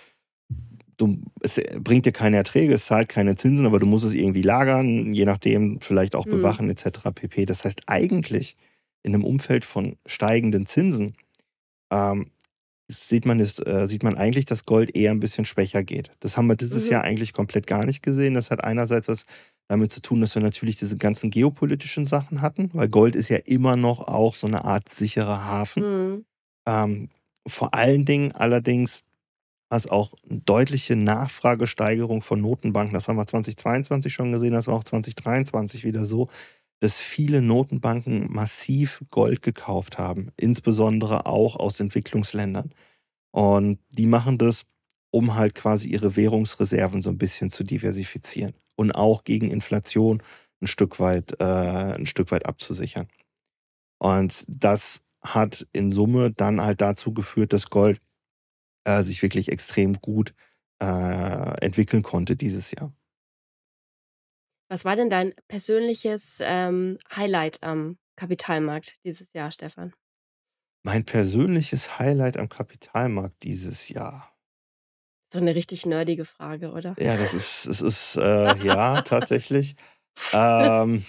du, es bringt dir keine Erträge, es zahlt keine Zinsen, aber du musst es irgendwie lagern, je nachdem vielleicht auch Mhm. bewachen et cetera pp. Das heißt eigentlich in einem Umfeld von steigenden Zinsen ähm, sieht man, ist, äh, sieht man eigentlich, dass Gold eher ein bisschen schwächer geht. Das haben wir dieses Mhm. Jahr eigentlich komplett gar nicht gesehen. Das hat einerseits was damit zu tun, dass wir natürlich diese ganzen geopolitischen Sachen hatten, weil Gold ist ja immer noch auch so eine Art sicherer Hafen. Mhm. Ähm, vor allen Dingen allerdings was auch eine deutliche Nachfragesteigerung von Notenbanken, das haben wir zweitausendzweiundzwanzig schon gesehen, das war auch zweitausenddreiundzwanzig wieder so, dass viele Notenbanken massiv Gold gekauft haben, insbesondere auch aus Entwicklungsländern. Und die machen das, um halt quasi ihre Währungsreserven so ein bisschen zu diversifizieren und auch gegen Inflation ein Stück weit, äh, ein Stück weit abzusichern. Und das hat in Summe dann halt dazu geführt, dass Gold äh, sich wirklich extrem gut äh, entwickeln konnte dieses Jahr. Was war denn dein persönliches ähm, Highlight am Kapitalmarkt dieses Jahr, Stefan? Mein persönliches Highlight am Kapitalmarkt dieses Jahr. So eine richtig nerdige Frage, oder? Ja, das ist, es ist, äh, ja, tatsächlich. Ähm,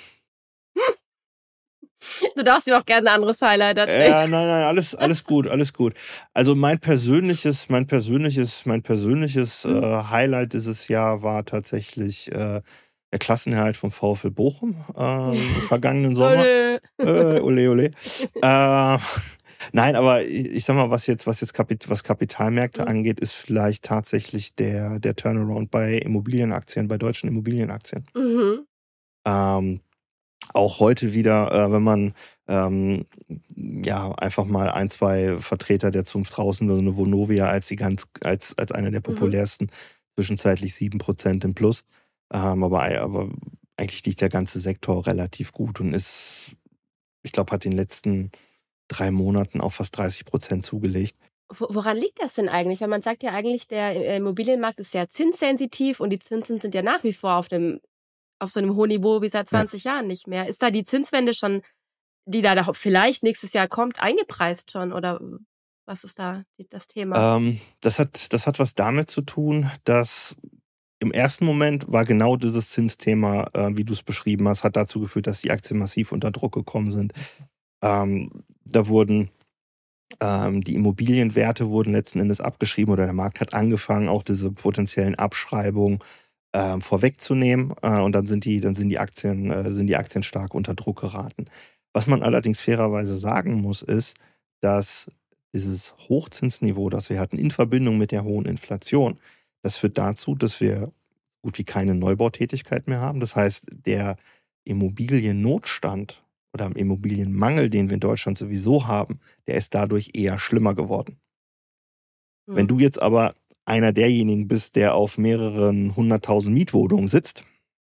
Du darfst mir auch gerne ein anderes Highlight erzählen. ja, nein, nein, alles, alles gut, alles gut. Also mein persönliches, mein persönliches, mein persönliches äh, Highlight dieses Jahr war tatsächlich äh, der Klassenerhalt vom VfL Bochum äh, im vergangenen Sommer. Ole. Äh, ole, ole. Äh, nein, aber ich, ich sag mal, was jetzt, was jetzt Kapit was Kapitalmärkte Mhm. angeht, ist vielleicht tatsächlich der, der Turnaround bei Immobilienaktien, bei deutschen Immobilienaktien. Mhm. Ähm, auch heute wieder, äh, wenn man ähm, ja einfach mal ein, zwei Vertreter der Zunft draußen, also eine Vonovia als die ganz, als, als eine der Mhm. populärsten, zwischenzeitlich sieben Prozent im Plus. Ähm, aber, aber eigentlich liegt der ganze Sektor relativ gut und ist, ich glaube, hat in den letzten drei Monaten auf fast dreißig Prozent zugelegt. Wo- Woran liegt das denn eigentlich? Weil man sagt ja eigentlich, der äh, Immobilienmarkt ist sehr zinssensitiv und die Zinsen sind ja nach wie vor auf dem auf so einem hohen Niveau wie seit Ja. zwanzig Jahren nicht mehr. Ist da die Zinswende schon, die da, da vielleicht nächstes Jahr kommt, eingepreist schon? Oder was ist da die- das Thema? Ähm, das hat, das hat was damit zu tun, dass im ersten Moment war genau dieses Zinsthema, äh, wie du es beschrieben hast, hat dazu geführt, dass die Aktien massiv unter Druck gekommen sind. Ähm, da wurden ähm, die Immobilienwerte wurden letzten Endes abgeschrieben oder der Markt hat angefangen, auch diese potenziellen Abschreibungen ähm, vorwegzunehmen äh, und dann sind die, dann sind die Aktien, äh, sind die Aktien stark unter Druck geraten. Was man allerdings fairerweise sagen muss, ist, dass dieses Hochzinsniveau, das wir hatten, in Verbindung mit der hohen Inflation, das führt dazu, dass wir gut wie keine Neubautätigkeit mehr haben. Das heißt, der Immobiliennotstand oder Immobilienmangel, den wir in Deutschland sowieso haben, der ist dadurch eher schlimmer geworden. Hm. Wenn du jetzt aber einer derjenigen bist, der auf mehreren hunderttausend Mietwohnungen sitzt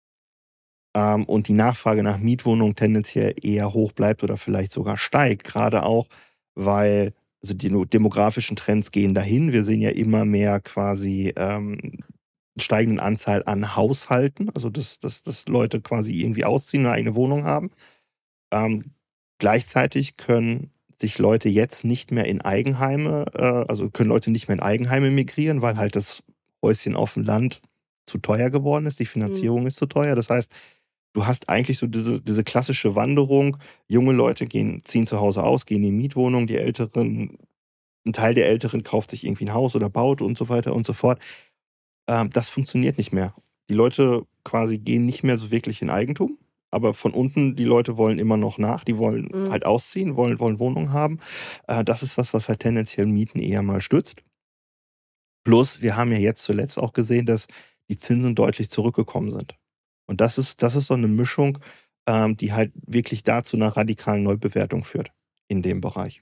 ähm, und die Nachfrage nach Mietwohnungen tendenziell eher hoch bleibt oder vielleicht sogar steigt, gerade auch, weil also die demografischen Trends gehen dahin. Wir sehen ja immer mehr quasi ähm, steigenden Anzahl an Haushalten, also dass, dass, dass Leute quasi irgendwie ausziehen, eine eigene Wohnung haben. Ähm, gleichzeitig können sich Leute jetzt nicht mehr in Eigenheime, äh, also können Leute nicht mehr in Eigenheime migrieren, weil halt das Häuschen auf dem Land zu teuer geworden ist, die Finanzierung Hm. ist zu teuer. Das heißt, du hast eigentlich so diese, diese klassische Wanderung, junge Leute gehen, ziehen zu Hause aus, gehen in die Mietwohnung, die Älteren, ein Teil der Älteren kauft sich irgendwie ein Haus oder baut und so weiter und so fort. Ähm, das funktioniert nicht mehr. Die Leute quasi gehen nicht mehr so wirklich in Eigentum, aber von unten, die Leute wollen immer noch nach, die wollen Mhm. halt ausziehen, wollen, wollen Wohnungen haben. Äh, das ist was, was halt tendenziell Mieten eher mal stützt. Plus, wir haben ja jetzt zuletzt auch gesehen, dass die Zinsen deutlich zurückgekommen sind. Und das ist, das ist so eine Mischung, ähm, die halt wirklich dazu einer radikalen Neubewertung führt in dem Bereich.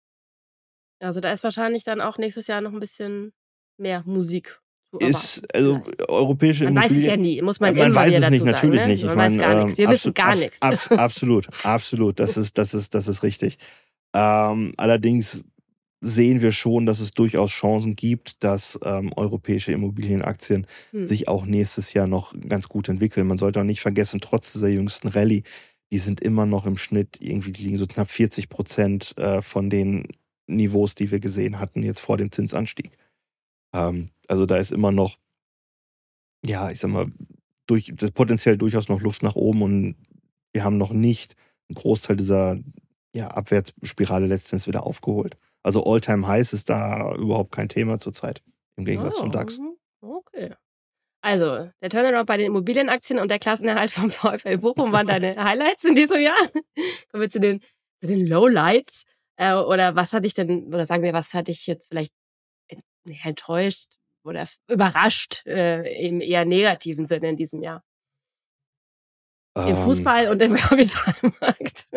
Also da ist wahrscheinlich dann auch nächstes Jahr noch ein bisschen mehr Musik zu Ist, erwarten. also vielleicht. europäische Man weiß es Immobilien. ja nie, muss man, Äh, man immer weiß wieder es nicht, dazu natürlich sagen. Ne? nicht. Ich Man weiß meine, gar ähm, nichts. Wir wissen abso- gar abs- nichts. abs- absolut, absolut. Das ist, das ist, das ist richtig. Ähm, allerdings sehen wir schon, dass es durchaus Chancen gibt, dass ähm, europäische Immobilienaktien Hm. sich auch nächstes Jahr noch ganz gut entwickeln. Man sollte auch nicht vergessen, trotz dieser jüngsten Rallye, die sind immer noch im Schnitt irgendwie, die liegen so knapp vierzig Prozent äh, von den Niveaus, die wir gesehen hatten, jetzt vor dem Zinsanstieg. Ähm, also da ist immer noch, ja, ich sag mal, durch, das potenziell durchaus noch Luft nach oben und wir haben noch nicht einen Großteil dieser ja, Abwärtsspirale letztendlich wieder aufgeholt. Also All-Time-Highs ist da überhaupt kein Thema zurzeit, im Gegensatz Oh, zum DAX. mhm. Okay. Also, der Turnaround bei den Immobilienaktien und der Klassenerhalt vom VfL Bochum waren deine Highlights in diesem Jahr. Kommen wir zu den, zu den Lowlights. Äh, oder was hat dich denn, oder sagen wir, was hat dich jetzt vielleicht enttäuscht oder überrascht äh, im eher negativen Sinne in diesem Jahr? Im Ähm, Fußball und im Kapitalmarkt.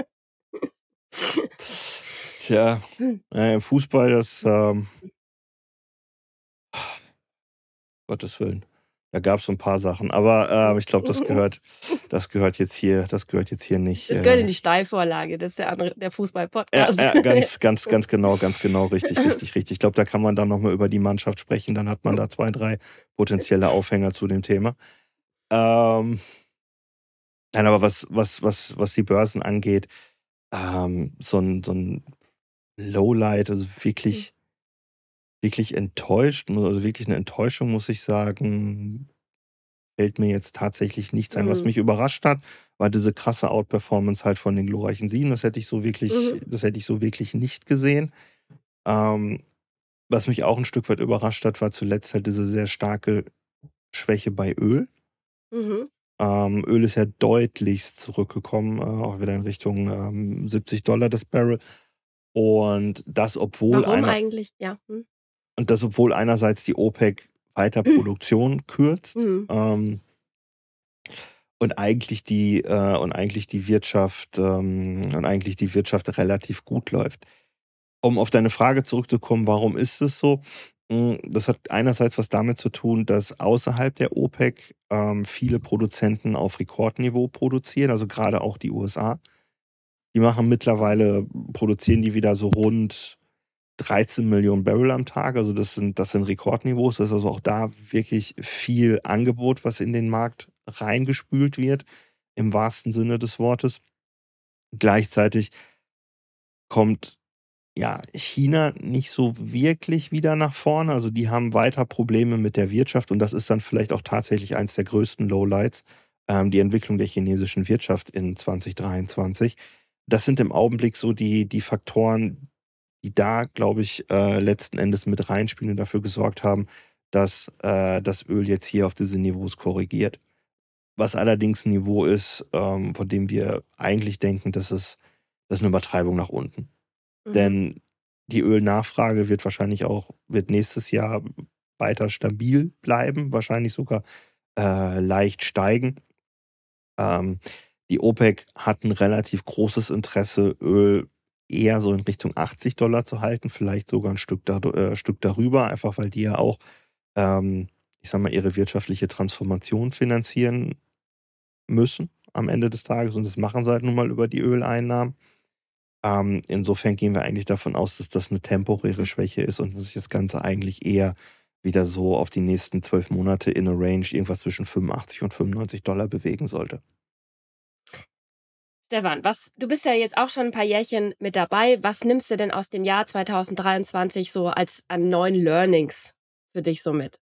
Tja, äh, im Fußball, das, ähm, Gottes Willen. Da gab es so ein paar Sachen, aber äh, ich glaube, das gehört, das gehört jetzt hier, das gehört jetzt hier nicht. Das gehört Äh, in die Steilvorlage, das ist der andere, der ja, Fußball-Podcast. ja, ganz, ganz, ganz genau, ganz genau, richtig, richtig, richtig. Ich glaube, da kann man dann nochmal über die Mannschaft sprechen, dann hat man da zwei, drei potenzielle Aufhänger zu dem Thema. Ähm, nein, aber was, was, was, was die Börsen angeht, ähm, so ein, so ein Lowlight, also wirklich, wirklich enttäuscht, also wirklich eine Enttäuschung, muss ich sagen, fällt mir jetzt tatsächlich nichts ein. Was Mhm. mich überrascht hat, war diese krasse Outperformance halt von den glorreichen Sieben. Das hätte ich so wirklich, Mhm. das hätte ich so wirklich nicht gesehen. Ähm, was mich auch ein Stück weit überrascht hat, war zuletzt halt diese sehr starke Schwäche bei Öl. Mhm. Ähm, Öl ist ja deutlichst zurückgekommen, äh, auch wieder in Richtung ähm, siebzig Dollar das Barrel. Und das, obwohl Warum einer, eigentlich? Ja. Hm. und das, obwohl einerseits die OPEC weiter Produktion kürzt, Mhm. ähm, und eigentlich die äh, und eigentlich die Wirtschaft ähm, und eigentlich die Wirtschaft relativ gut läuft. Um auf deine Frage zurückzukommen, warum ist es so? Mm, Das hat einerseits was damit zu tun, dass außerhalb der OPEC ähm, viele Produzenten auf Rekordniveau produzieren, also gerade auch die U S A. Die machen mittlerweile, produzieren die wieder so rund dreizehn Millionen Barrel am Tag. Also das sind, das sind Rekordniveaus. Das ist also auch da wirklich viel Angebot, was in den Markt reingespült wird, im wahrsten Sinne des Wortes. Gleichzeitig kommt ja China nicht so wirklich wieder nach vorne. Also die haben weiter Probleme mit der Wirtschaft und das ist dann vielleicht auch tatsächlich eins der größten Lowlights, ähm, die Entwicklung der chinesischen Wirtschaft in zwanzig dreiundzwanzig. Das sind im Augenblick so die, die Faktoren, die da, glaube ich, äh, letzten Endes mit reinspielen und dafür gesorgt haben, dass äh, das Öl jetzt hier auf diese Niveaus korrigiert. Was allerdings ein Niveau ist, ähm, von dem wir eigentlich denken, dass es das ist eine Übertreibung nach unten. Mhm. Denn die Ölnachfrage wird wahrscheinlich auch, wird nächstes Jahr weiter stabil bleiben, wahrscheinlich sogar äh, leicht steigen. Ähm, die OPEC hat ein relativ großes Interesse, Öl eher so in Richtung achtzig Dollar zu halten, vielleicht sogar ein Stück, da, äh, Stück darüber, einfach weil die ja auch, ähm, ich sag mal, ihre wirtschaftliche Transformation finanzieren müssen am Ende des Tages und das machen sie halt nun mal über die Öleinnahmen. Ähm, insofern gehen wir eigentlich davon aus, dass das eine temporäre Schwäche ist und sich das Ganze eigentlich eher wieder so auf die nächsten zwölf Monate in a Range irgendwas zwischen fünfundachtzig und fünfundneunzig Dollar bewegen sollte. Stefan, was, du bist ja jetzt auch schon ein paar Jährchen mit dabei. Was nimmst du denn aus dem Jahr zwanzig dreiundzwanzig so als an neuen Learnings für dich so mit?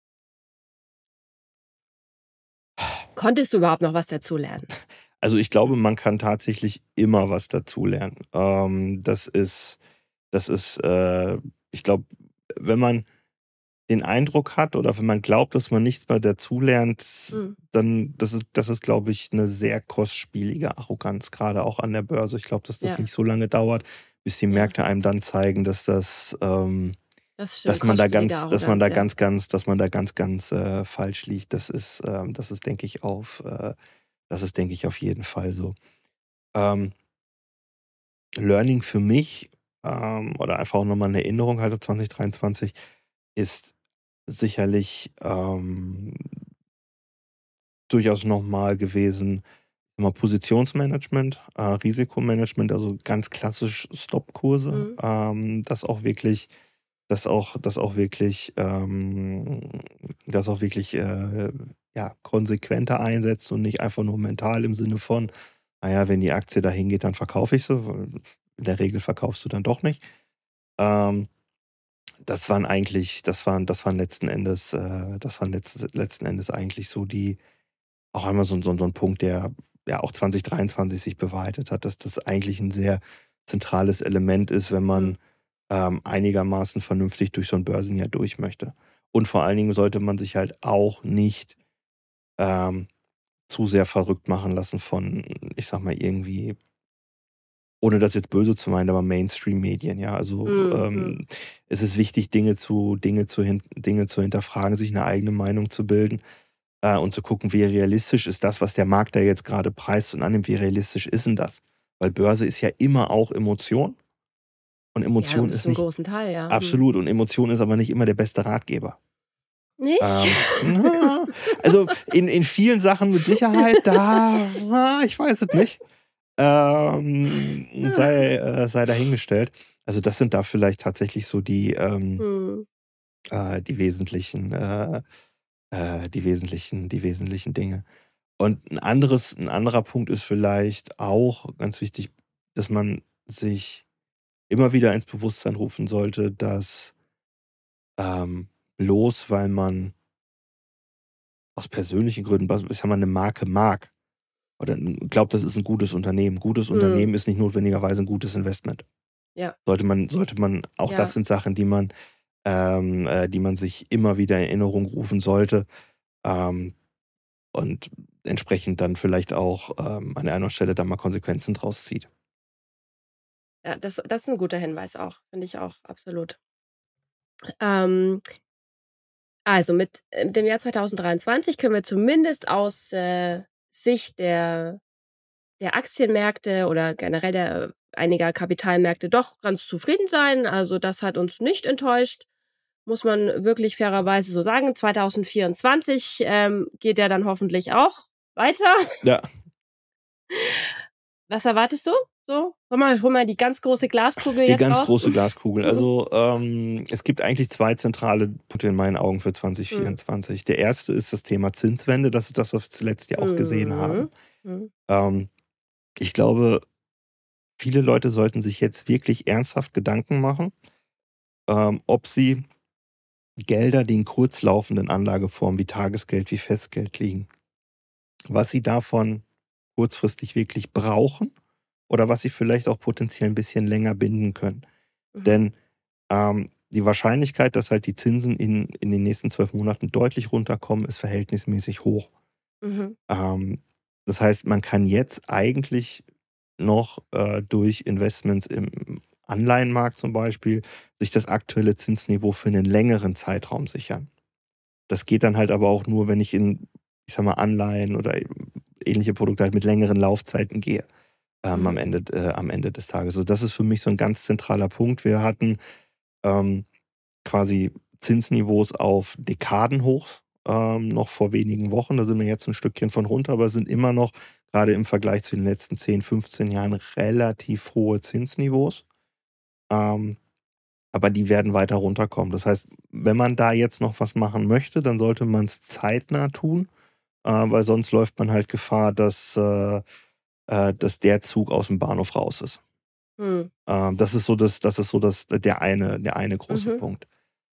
Konntest du überhaupt noch was dazulernen? Also ich glaube, man kann tatsächlich immer was dazulernen. Ähm, das ist, das ist, äh, ich glaube, wenn man den Eindruck hat oder wenn man glaubt, dass man nichts mehr dazulernt, Mhm. dann das ist, das ist, glaube ich, eine sehr kostspielige Arroganz, gerade auch an der Börse. Ich glaube, dass das Ja. nicht so lange dauert, bis die Ja. Märkte einem dann zeigen, dass das, ähm, Das stimmt, dass man da kostspielige ganz, dass man da Arroganz, ja. ganz, ganz, dass man da ganz, ganz äh, falsch liegt. Das ist, ähm, das ist, denke ich, auf, äh, das ist, denke ich, auf jeden Fall so. Ähm, Learning für mich ähm, oder einfach auch nochmal eine Erinnerung halt zwanzig dreiundzwanzig ist sicherlich ähm, durchaus nochmal gewesen, immer Positionsmanagement, äh, Risikomanagement, also ganz klassisch Stopkurse, Mhm. ähm, das auch wirklich, das auch, das auch wirklich, ähm, das auch wirklich äh, ja, konsequenter einsetzt und nicht einfach nur mental im Sinne von, naja, wenn die Aktie dahin geht, dann verkaufe ich sie. Weil in der Regel verkaufst du dann doch nicht. Ähm, das waren eigentlich, das waren, das waren letzten Endes, äh, das waren letzt, letzten Endes eigentlich so die, auch einmal so, so, so ein Punkt, der ja auch zwanzig dreiundzwanzig sich bewahrheitet hat, dass das eigentlich ein sehr zentrales Element ist, wenn man Mhm. ähm, einigermaßen vernünftig durch so ein Börsenjahr durch möchte. Und vor allen Dingen sollte man sich halt auch nicht ähm, zu sehr verrückt machen lassen von, ich sag mal, irgendwie, ohne das jetzt böse zu meinen, aber Mainstream-Medien, ja. Also Mhm. ähm, es ist wichtig, Dinge zu, Dinge zu, hin, Dinge zu hinterfragen, sich eine eigene Meinung zu bilden äh, und zu gucken, wie realistisch ist das, was der Markt da jetzt gerade preist und annimmt, wie realistisch ist denn das? Weil Börse ist ja immer auch Emotion und Ja, Emotion bis ist zum nicht großen Teil, ja. Hm. absolut und Emotion ist aber nicht immer der beste Ratgeber. Nicht? Ähm, na, also in, in vielen Sachen mit Sicherheit, da, na, ich weiß es nicht. Ähm, sei, äh, sei dahingestellt. Also das sind da vielleicht tatsächlich so die, ähm, Hm. äh, die wesentlichen, äh, äh, die wesentlichen, die wesentlichen Dinge. Und ein anderes, ein anderer Punkt ist vielleicht auch ganz wichtig, dass man sich immer wieder ins Bewusstsein rufen sollte, dass ähm, bloß weil man aus persönlichen Gründen, was ich sag mal, eine Marke mag oder glaubt, das ist ein gutes Unternehmen. Gutes Hm. Unternehmen ist nicht notwendigerweise ein gutes Investment. Ja. Sollte man, sollte man, auch Ja. das sind Sachen, die man, ähm, äh, die man sich immer wieder in Erinnerung rufen sollte. Ähm, und entsprechend dann vielleicht auch ähm, an einer Stelle dann mal Konsequenzen draus zieht. Ja, das, das ist ein guter Hinweis auch, finde ich auch, absolut. Ähm, also mit äh, dem Jahr zwanzig dreiundzwanzig können wir zumindest aus äh, Sicht der, der Aktienmärkte oder generell der äh, einiger Kapitalmärkte doch ganz zufrieden sein. Also das hat uns nicht enttäuscht, muss man wirklich fairerweise so sagen. zwanzig vierundzwanzig ähm, geht ja dann hoffentlich auch weiter. Ja, Was erwartest du? So, hol mal, hol mal die ganz große Glaskugel die jetzt ganz raus. große Glaskugel. Also ähm, es gibt eigentlich zwei zentrale Punkte in meinen Augen für zwanzig vierundzwanzig. Der erste ist das Thema Zinswende. Das ist das, was wir zuletzt ja auch gesehen haben. Mhm. Ähm, ich glaube, viele Leute sollten sich jetzt wirklich ernsthaft Gedanken machen, ähm, ob sie Gelder, die in kurzlaufenden Anlageformen wie Tagesgeld, wie Festgeld liegen, was sie davon kurzfristig wirklich brauchen oder was sie vielleicht auch potenziell ein bisschen länger binden können. Mhm. Denn ähm, die Wahrscheinlichkeit, dass halt die Zinsen in, in den nächsten zwölf Monaten deutlich runterkommen, ist verhältnismäßig hoch. Mhm. Ähm, das heißt, man kann jetzt eigentlich noch äh, durch Investments im Anleihenmarkt zum Beispiel sich das aktuelle Zinsniveau für einen längeren Zeitraum sichern. Das geht dann halt aber auch nur, wenn ich in, ich sag mal, Anleihen oder ähnliche Produkte halt mit längeren Laufzeiten gehe ähm, Mhm. am, Ende, äh, am Ende des Tages. Also das ist für mich so ein ganz zentraler Punkt. Wir hatten ähm, quasi Zinsniveaus auf Dekadenhochs ähm, noch vor wenigen Wochen. Da sind wir jetzt ein Stückchen von runter, aber sind immer noch, gerade im Vergleich zu den letzten zehn, fünfzehn Jahren, relativ hohe Zinsniveaus. Ähm, aber die werden weiter runterkommen. Das heißt, wenn man da jetzt noch was machen möchte, dann sollte man es zeitnah tun, äh, weil sonst läuft man halt Gefahr, dass, äh, äh, dass der Zug aus dem Bahnhof raus ist. Mhm. Ähm, das ist so, das, das ist so das, der, eine, der eine große Mhm. Punkt.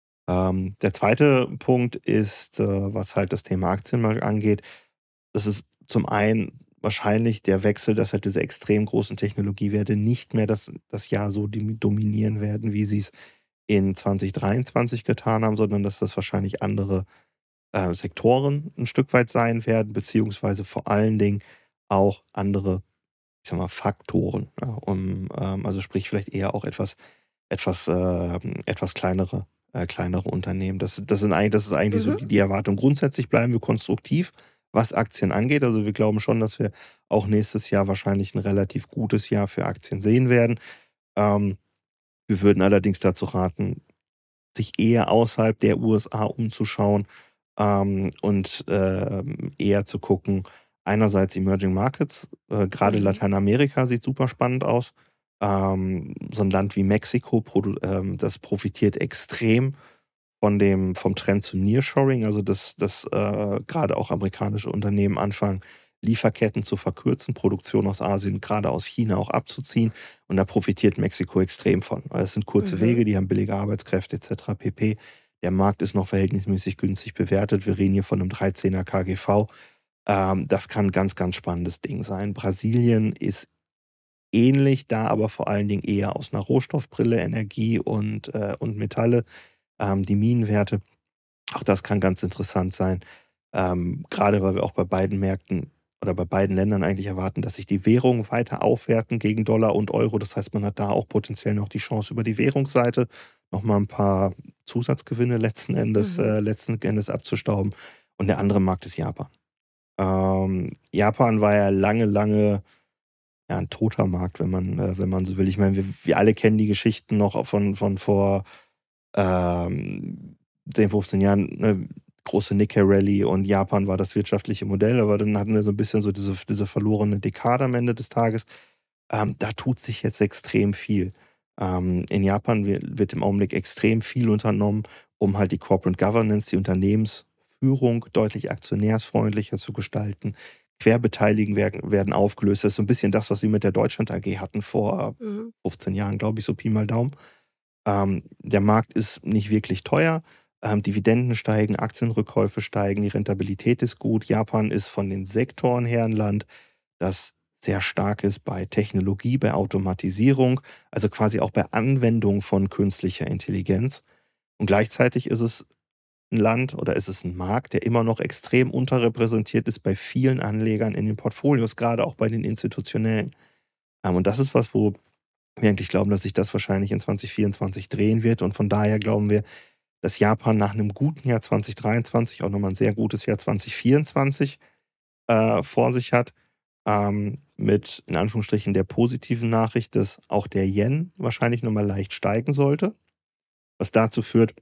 Ähm, der zweite Punkt ist, äh, was halt das Thema Aktienmarkt angeht, das ist zum einen wahrscheinlich der Wechsel, dass halt diese extrem großen Technologiewerte nicht mehr das, das Jahr so dominieren werden, wie sie es in zwanzig dreiundzwanzig getan haben, sondern dass das wahrscheinlich andere äh, Sektoren ein Stück weit sein werden, beziehungsweise vor allen Dingen auch andere, ich sag mal, Faktoren. Ja, um, ähm, also sprich vielleicht eher auch etwas, etwas, äh, etwas kleinere, äh, kleinere Unternehmen. Das, das, sind eigentlich, das ist eigentlich so Mhm. die, die Erwartung. Grundsätzlich bleiben wir konstruktiv, was Aktien angeht. Also wir glauben schon, dass wir auch nächstes Jahr wahrscheinlich ein relativ gutes Jahr für Aktien sehen werden. Ähm, wir würden allerdings dazu raten, sich eher außerhalb der U S A umzuschauen ähm, und äh, eher zu gucken, einerseits Emerging Markets, äh, gerade Mhm. Lateinamerika sieht super spannend aus. Ähm, so ein Land wie Mexiko, produ- ähm, das profitiert extrem von dem, vom Trend zu Nearshoring, also dass, dass äh, gerade auch amerikanische Unternehmen anfangen, Lieferketten zu verkürzen, Produktion aus Asien, gerade aus China auch abzuziehen. Und da profitiert Mexiko extrem von. Weil es sind kurze Mhm. Wege, die haben billige Arbeitskräfte et cetera pp. Der Markt ist noch verhältnismäßig günstig bewertet. Wir reden hier von einem dreizehner K G V. Ähm, das kann ein ganz, ganz spannendes Ding sein. Brasilien ist ähnlich, da aber vor allen Dingen eher aus einer Rohstoffbrille, Energie und, äh, und Metalle. Ähm, die Minenwerte Auch das kann ganz interessant sein. Ähm, gerade weil wir auch bei beiden Märkten oder bei beiden Ländern eigentlich erwarten, dass sich die Währungen weiter aufwerten gegen Dollar und Euro. Das heißt, man hat da auch potenziell noch die Chance, über die Währungsseite nochmal ein paar Zusatzgewinne letzten Endes, Mhm. äh, letzten Endes abzustauben. Und der andere Markt ist Japan. Ähm, Japan war ja lange, lange ja, ein toter Markt, wenn man, äh, wenn man so will. Ich meine, wir, wir alle kennen die Geschichten noch von, von vor ähm, zehn, fünfzehn Jahren, ne, große Nikkei-Rally und Japan war das wirtschaftliche Modell, aber dann hatten wir so ein bisschen so diese, diese verlorene Dekade am Ende des Tages. Ähm, da tut sich jetzt extrem viel. Ähm, in Japan wird, wird im Augenblick extrem viel unternommen, um halt die Corporate Governance, die Unternehmensführung deutlich aktionärsfreundlicher zu gestalten. Querbeteiligungen werden, werden aufgelöst. Das ist so ein bisschen das, was sie mit der Deutschland A G hatten vor Mhm. fünfzehn Jahren, glaube ich, so Pi mal Daumen. Ähm, der Markt ist nicht wirklich teuer. Ähm, Dividenden steigen, Aktienrückkäufe steigen, die Rentabilität ist gut. Japan ist von den Sektoren her ein Land, das sehr stark ist bei Technologie, bei Automatisierung, also quasi auch bei Anwendung von künstlicher Intelligenz. Und gleichzeitig ist es ein Land oder ist es ein Markt, der immer noch extrem unterrepräsentiert ist bei vielen Anlegern in den Portfolios, gerade auch bei den institutionellen. Ähm, und das ist was, wo wir eigentlich glauben, dass sich das wahrscheinlich in zwanzig vierundzwanzig drehen wird. Und von daher glauben wir, dass Japan nach einem guten Jahr zwanzig dreiundzwanzig auch nochmal ein sehr gutes Jahr zwanzig vierundzwanzig äh, vor sich hat. Ähm, mit in Anführungsstrichen der positiven Nachricht, dass auch der Yen wahrscheinlich nochmal leicht steigen sollte. Was dazu führt,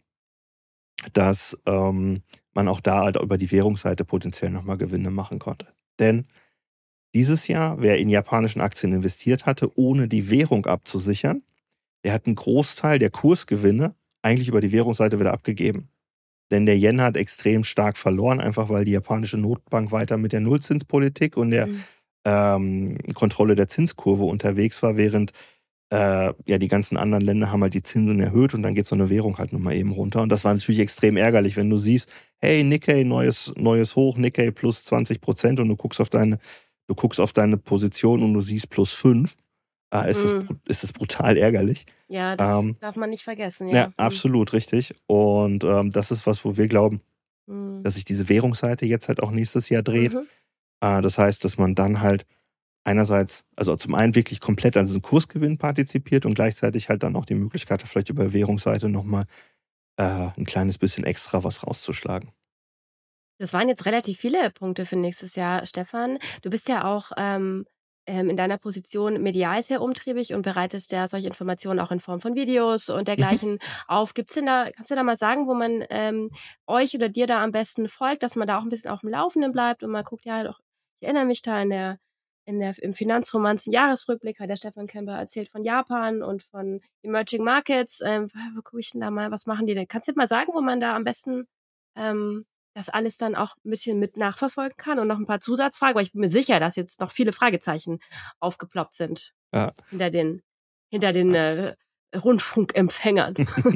dass ähm, man auch da halt über die Währungsseite potenziell nochmal Gewinne machen konnte. Denn dieses Jahr, wer in japanischen Aktien investiert hatte, ohne die Währung abzusichern, der hat einen Großteil der Kursgewinne eigentlich über die Währungsseite wieder abgegeben. Denn der Yen hat extrem stark verloren, einfach weil die japanische Notenbank weiter mit der Nullzinspolitik und der Mhm. ähm, Kontrolle der Zinskurve unterwegs war, während äh, ja die ganzen anderen Länder haben halt die Zinsen erhöht und dann geht so eine Währung halt nun mal eben runter. Und das war natürlich extrem ärgerlich, wenn du siehst, hey, Nikkei, neues, neues Hoch, Nikkei plus zwanzig Prozent und du guckst auf deine, du guckst auf deine Position und du siehst plus fünf. Äh, ist, es, Mhm. ist es brutal ärgerlich. Ja, das Ähm, darf man nicht vergessen, ja, ja. Mhm. absolut richtig. Und ähm, das ist was, wo wir glauben, Mhm. dass sich diese Währungsseite jetzt halt auch nächstes Jahr dreht. Mhm. Äh, das heißt, dass man dann halt einerseits, also zum einen wirklich komplett an diesem Kursgewinn partizipiert und gleichzeitig halt dann auch die Möglichkeit hat, vielleicht über Währungsseite nochmal äh, ein kleines bisschen extra was rauszuschlagen. Das waren jetzt relativ viele Punkte für nächstes Jahr, Stefan. Du bist ja auch ähm, ähm, in deiner Position medial sehr umtriebig und bereitest ja solche Informationen auch in Form von Videos und dergleichen auf. Gibt's denn da, kannst du da mal sagen, wo man ähm, euch oder dir da am besten folgt, dass man da auch ein bisschen auf dem Laufenden bleibt und man guckt ja halt auch, ich erinnere mich da in der, in der im Finanzromanzen Jahresrückblick hat der Stefan Kemper erzählt von Japan und von Emerging Markets. Ähm, wo gucke ich denn da mal, was machen die denn? Kannst du mal sagen, wo man da am besten ähm, das alles dann auch ein bisschen mit nachverfolgen kann und noch ein paar Zusatzfragen, weil ich bin mir sicher, dass jetzt noch viele Fragezeichen aufgeploppt sind Ja. hinter den, hinter den äh, Rundfunkempfängern.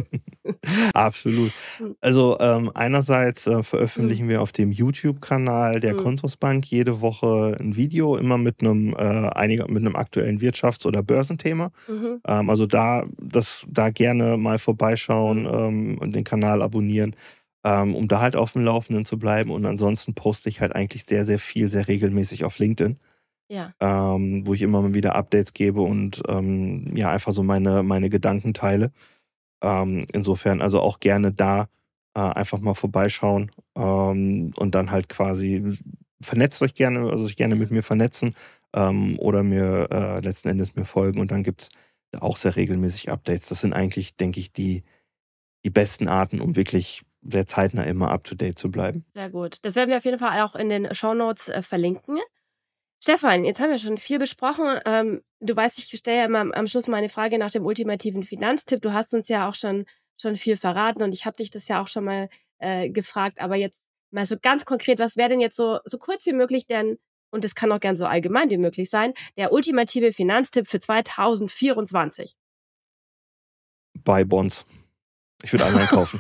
Absolut. Hm. Also ähm, einerseits äh, Hm. veröffentlichen wir auf dem YouTube-Kanal der Hm. Consorsbank jede Woche ein Video, immer mit einem, äh, einiger, mit einem aktuellen Wirtschafts- oder Börsenthema. Mhm. Ähm, also da, das, da gerne mal vorbeischauen Hm. ähm, und den Kanal abonnieren, ähm, um da halt auf dem Laufenden zu bleiben. Und ansonsten poste ich halt eigentlich sehr, sehr viel, sehr regelmäßig auf LinkedIn. Ja. Ähm, wo ich immer mal wieder Updates gebe und ähm, ja, einfach so meine, meine Gedanken teile. Ähm, insofern also auch gerne da äh, einfach mal vorbeischauen ähm, und dann halt quasi vernetzt euch gerne, also sich gerne mit mir vernetzen ähm, oder mir äh, letzten Endes mir folgen und dann gibt es da auch sehr regelmäßig Updates. Das sind eigentlich, denke ich, die, die besten Arten, um wirklich sehr zeitnah immer up-to-date zu bleiben. Sehr gut. Das werden wir auf jeden Fall auch in den Shownotes äh, verlinken. Stefan, jetzt haben wir schon viel besprochen. Ähm, du weißt, ich stelle ja immer am- am Schluss mal eine Frage nach dem ultimativen Finanztipp. Du hast uns ja auch schon, schon viel verraten und ich habe dich das ja auch schon mal äh, gefragt. Aber jetzt mal so ganz konkret, was wäre denn jetzt so, so kurz wie möglich denn, und das kann auch gern so allgemein wie möglich sein, der ultimative Finanztipp für zwanzig vierundzwanzig? Buy Bonds. Ich würde Anleihen kaufen.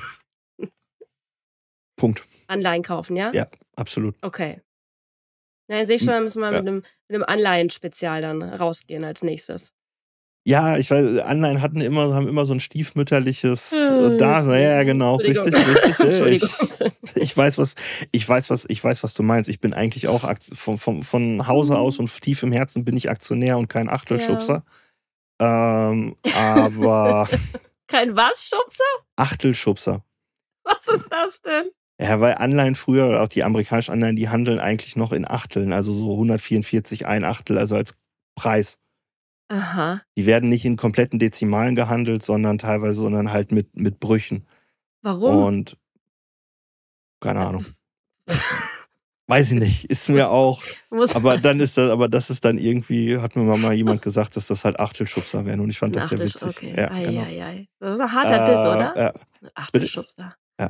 Punkt. Anleihen kaufen, ja? Ja, absolut. Okay. Na, dann sehe ich schon, da müssen wir Ja. mit einem, mit einem Anleihenspezial dann rausgehen als nächstes. Ja, ich weiß, Anleihen hatten immer, haben immer so ein stiefmütterliches äh, da, ja, ja, genau, richtig, richtig. Ja, ich, ich weiß, was, ich weiß, was, ich weiß, was du meinst. Ich bin eigentlich auch Akt- von, von, von Hause aus und tief im Herzen bin ich Aktionär und kein Achtelschubser. Ja. Ähm, aber. Kein was, Schubser? Achtelschubser. Was ist das denn? Ja, weil Anleihen früher, oder auch die amerikanischen Anleihen, die handeln eigentlich noch in Achteln, also so hundertvierundvierzig, ein Achtel, also als Preis. Aha. Die werden nicht in kompletten Dezimalen gehandelt, sondern teilweise, sondern halt mit, mit Brüchen. Warum? Und keine Ahnung. Weiß ich nicht. Ist mir auch. Aber dann ist das, aber das ist dann irgendwie, hat mir mal jemand gesagt, dass das halt Achtelschubser wären. Und ich fand das sehr witzig. Okay. Ja, ei, genau. ei, ei. Das ist ein harter äh, Diss, oder? Ja. Achtelschubser. Ja.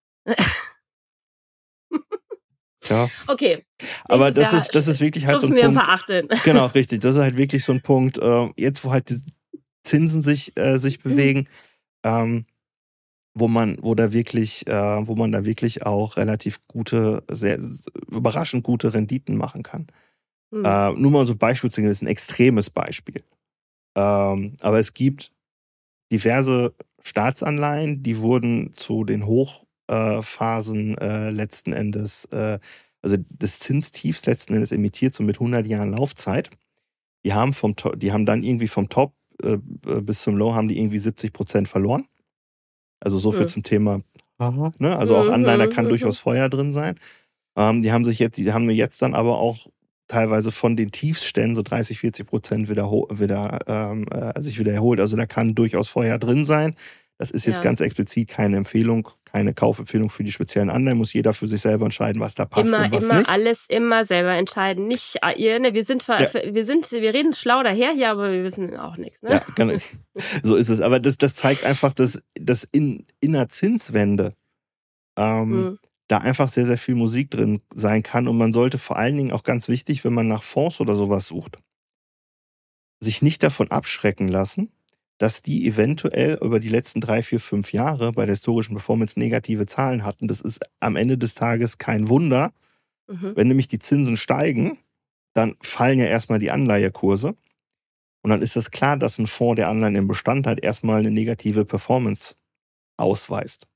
Ja. Okay. Aber das ist, das ist wirklich halt so ein mir Punkt. Ein paar Achteln. Genau, richtig. Das ist halt wirklich so ein Punkt, äh, jetzt wo halt die Zinsen sich, äh, sich bewegen, ähm, wo man, wo da wirklich, äh, wo man da wirklich auch relativ gute, sehr überraschend gute Renditen machen kann. Mhm. Äh, nur mal so ein Beispiel zu geben, das ist ein extremes Beispiel. Ähm, aber es gibt diverse Staatsanleihen, die wurden zu den Hochphasen äh, letzten Endes, äh, also des Zinstiefs letzten Endes emittiert, so mit hundert Jahren Laufzeit. Die haben, vom, die haben dann irgendwie vom Top äh, bis zum Low haben die irgendwie siebzig Prozent verloren. Also so viel mhm. zum Thema, aha, ne? Also auch Anleihen, da kann mhm. durchaus Feuer drin sein. Ähm, die haben sich jetzt, die haben jetzt dann aber auch teilweise von den Tiefsständen so dreißig, vierzig Prozent wieder, wieder, ähm, äh, sich wieder erholt. Also da kann durchaus Feuer drin sein. Das ist jetzt ja. ganz explizit keine Empfehlung, keine Kaufempfehlung für die speziellen Anleihen. Muss jeder für sich selber entscheiden, was da passt immer, und was immer nicht. Immer alles immer selber entscheiden. Nicht ihr, ne? Wir sind zwar, ja. wir sind, wir reden schlau daher hier, aber wir wissen auch nichts. Ne? Ja, genau. So ist es. Aber das, das zeigt einfach, dass, dass in, in einer Zinswende ähm, hm. da einfach sehr, sehr viel Musik drin sein kann. Und man sollte vor allen Dingen auch ganz wichtig, wenn man nach Fonds oder sowas sucht, sich nicht davon abschrecken lassen, dass die eventuell über die letzten drei, vier, fünf Jahre bei der historischen Performance negative Zahlen hatten. Das ist am Ende des Tages kein Wunder. Mhm. Wenn nämlich die Zinsen steigen, dann fallen ja erstmal die Anleihekurse. Und dann ist es klar, dass ein Fonds, der Anleihen im Bestand hat, erstmal eine negative Performance ausweist.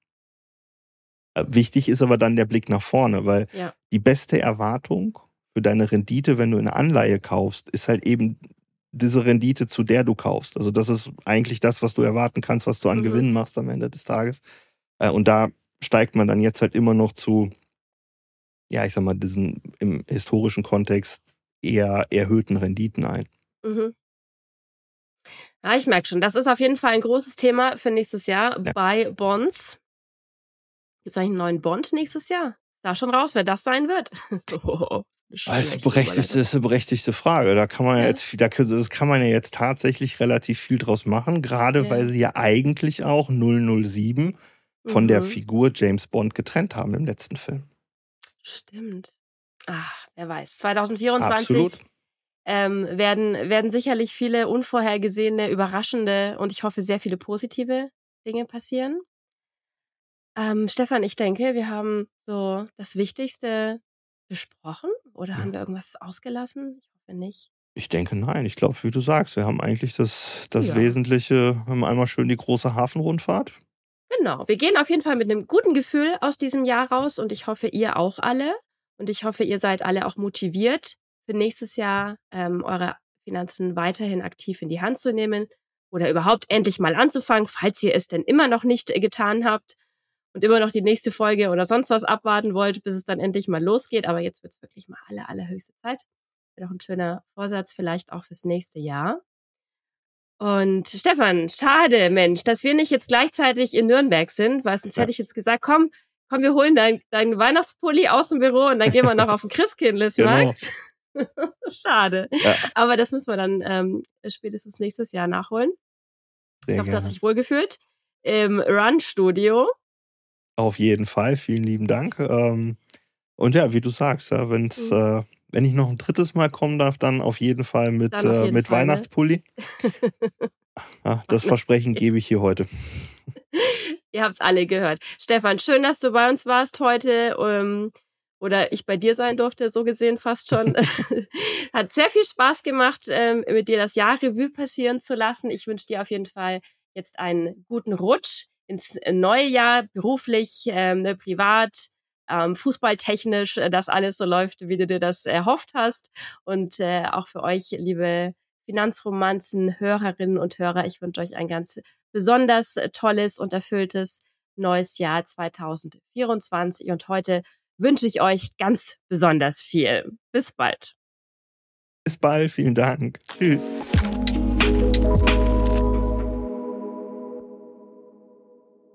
Wichtig ist aber dann der Blick nach vorne, weil ja. die beste Erwartung für deine Rendite, wenn du eine Anleihe kaufst, ist halt eben diese Rendite, zu der du kaufst. Also das ist eigentlich das, was du erwarten kannst, was du an mhm. Gewinnen machst am Ende des Tages. Und da steigt man dann jetzt halt immer noch zu, ja, ich sag mal, diesen im historischen Kontext eher erhöhten Renditen ein. Mhm. Ja, ich merke schon, das ist auf jeden Fall ein großes Thema für nächstes Jahr ja. bei Bonds. Gibt es eigentlich einen neuen Bond nächstes Jahr? Da schon raus, wer das sein wird. oh. Das ist, berechtigte, das ist eine berechtigte Frage. Da kann man ja, ja jetzt, da, das kann man ja jetzt tatsächlich relativ viel draus machen, gerade ja. weil sie ja eigentlich auch null null sieben von mhm. der Figur James Bond getrennt haben im letzten Film. Stimmt. Ach, wer weiß. zwanzig vierundzwanzig ähm, werden, werden sicherlich viele unvorhergesehene, überraschende und ich hoffe sehr viele positive Dinge passieren. Ähm, Stefan, ich denke, wir haben so das Wichtigste besprochen oder ja. haben wir irgendwas ausgelassen? Ich hoffe nicht. Ich denke, nein. Ich glaube, wie du sagst, wir haben eigentlich das, das ja. Wesentliche, wir haben einmal schön die große Hafenrundfahrt. Genau. Wir gehen auf jeden Fall mit einem guten Gefühl aus diesem Jahr raus und ich hoffe, ihr auch alle. Und ich hoffe, ihr seid alle auch motiviert, für nächstes Jahr ähm, eure Finanzen weiterhin aktiv in die Hand zu nehmen oder überhaupt endlich mal anzufangen, falls ihr es denn immer noch nicht äh, getan habt. Und immer noch die nächste Folge oder sonst was abwarten wollt, bis es dann endlich mal losgeht. Aber jetzt wird es wirklich mal aller, allerhöchste Zeit. Wäre doch ein schöner Vorsatz vielleicht auch fürs nächste Jahr. Und Stefan, schade, Mensch, dass wir nicht jetzt gleichzeitig in Nürnberg sind, weil sonst ja. hätte ich jetzt gesagt, komm, komm, wir holen deinen dein Weihnachtspulli aus dem Büro und dann gehen wir noch auf den Christkindlesmarkt. Genau. Schade. Ja. Aber das müssen wir dann ähm, spätestens nächstes Jahr nachholen. Sehr ich hoffe, du hast dich wohlgefühlt im Run-Studio. Auf jeden Fall, vielen lieben Dank. Und ja, wie du sagst, ja, wenn's, mhm. äh, wenn ich noch ein drittes Mal kommen darf, dann auf jeden Fall mit, jeden äh, mit Fall, Weihnachtspulli. Ne? Ja, das Versprechen gebe ich hier heute. Ihr habt es alle gehört. Stefan, schön, dass du bei uns warst heute. oder ich bei dir sein durfte, so gesehen fast schon. Hat sehr viel Spaß gemacht, ähm, mit dir das Jahr Revue passieren zu lassen. Ich wünsche dir auf jeden Fall jetzt einen guten Rutsch ins neue Jahr, beruflich, ähm, privat, ähm, fußballtechnisch, äh, dass alles so läuft, wie du dir das erhofft hast. Und äh, auch für euch, liebe Finanzromanzen, Hörerinnen und Hörer, ich wünsche euch ein ganz besonders tolles und erfülltes neues Jahr zwanzig vierundzwanzig. Und heute wünsche ich euch ganz besonders viel. Bis bald. Bis bald, vielen Dank. Tschüss.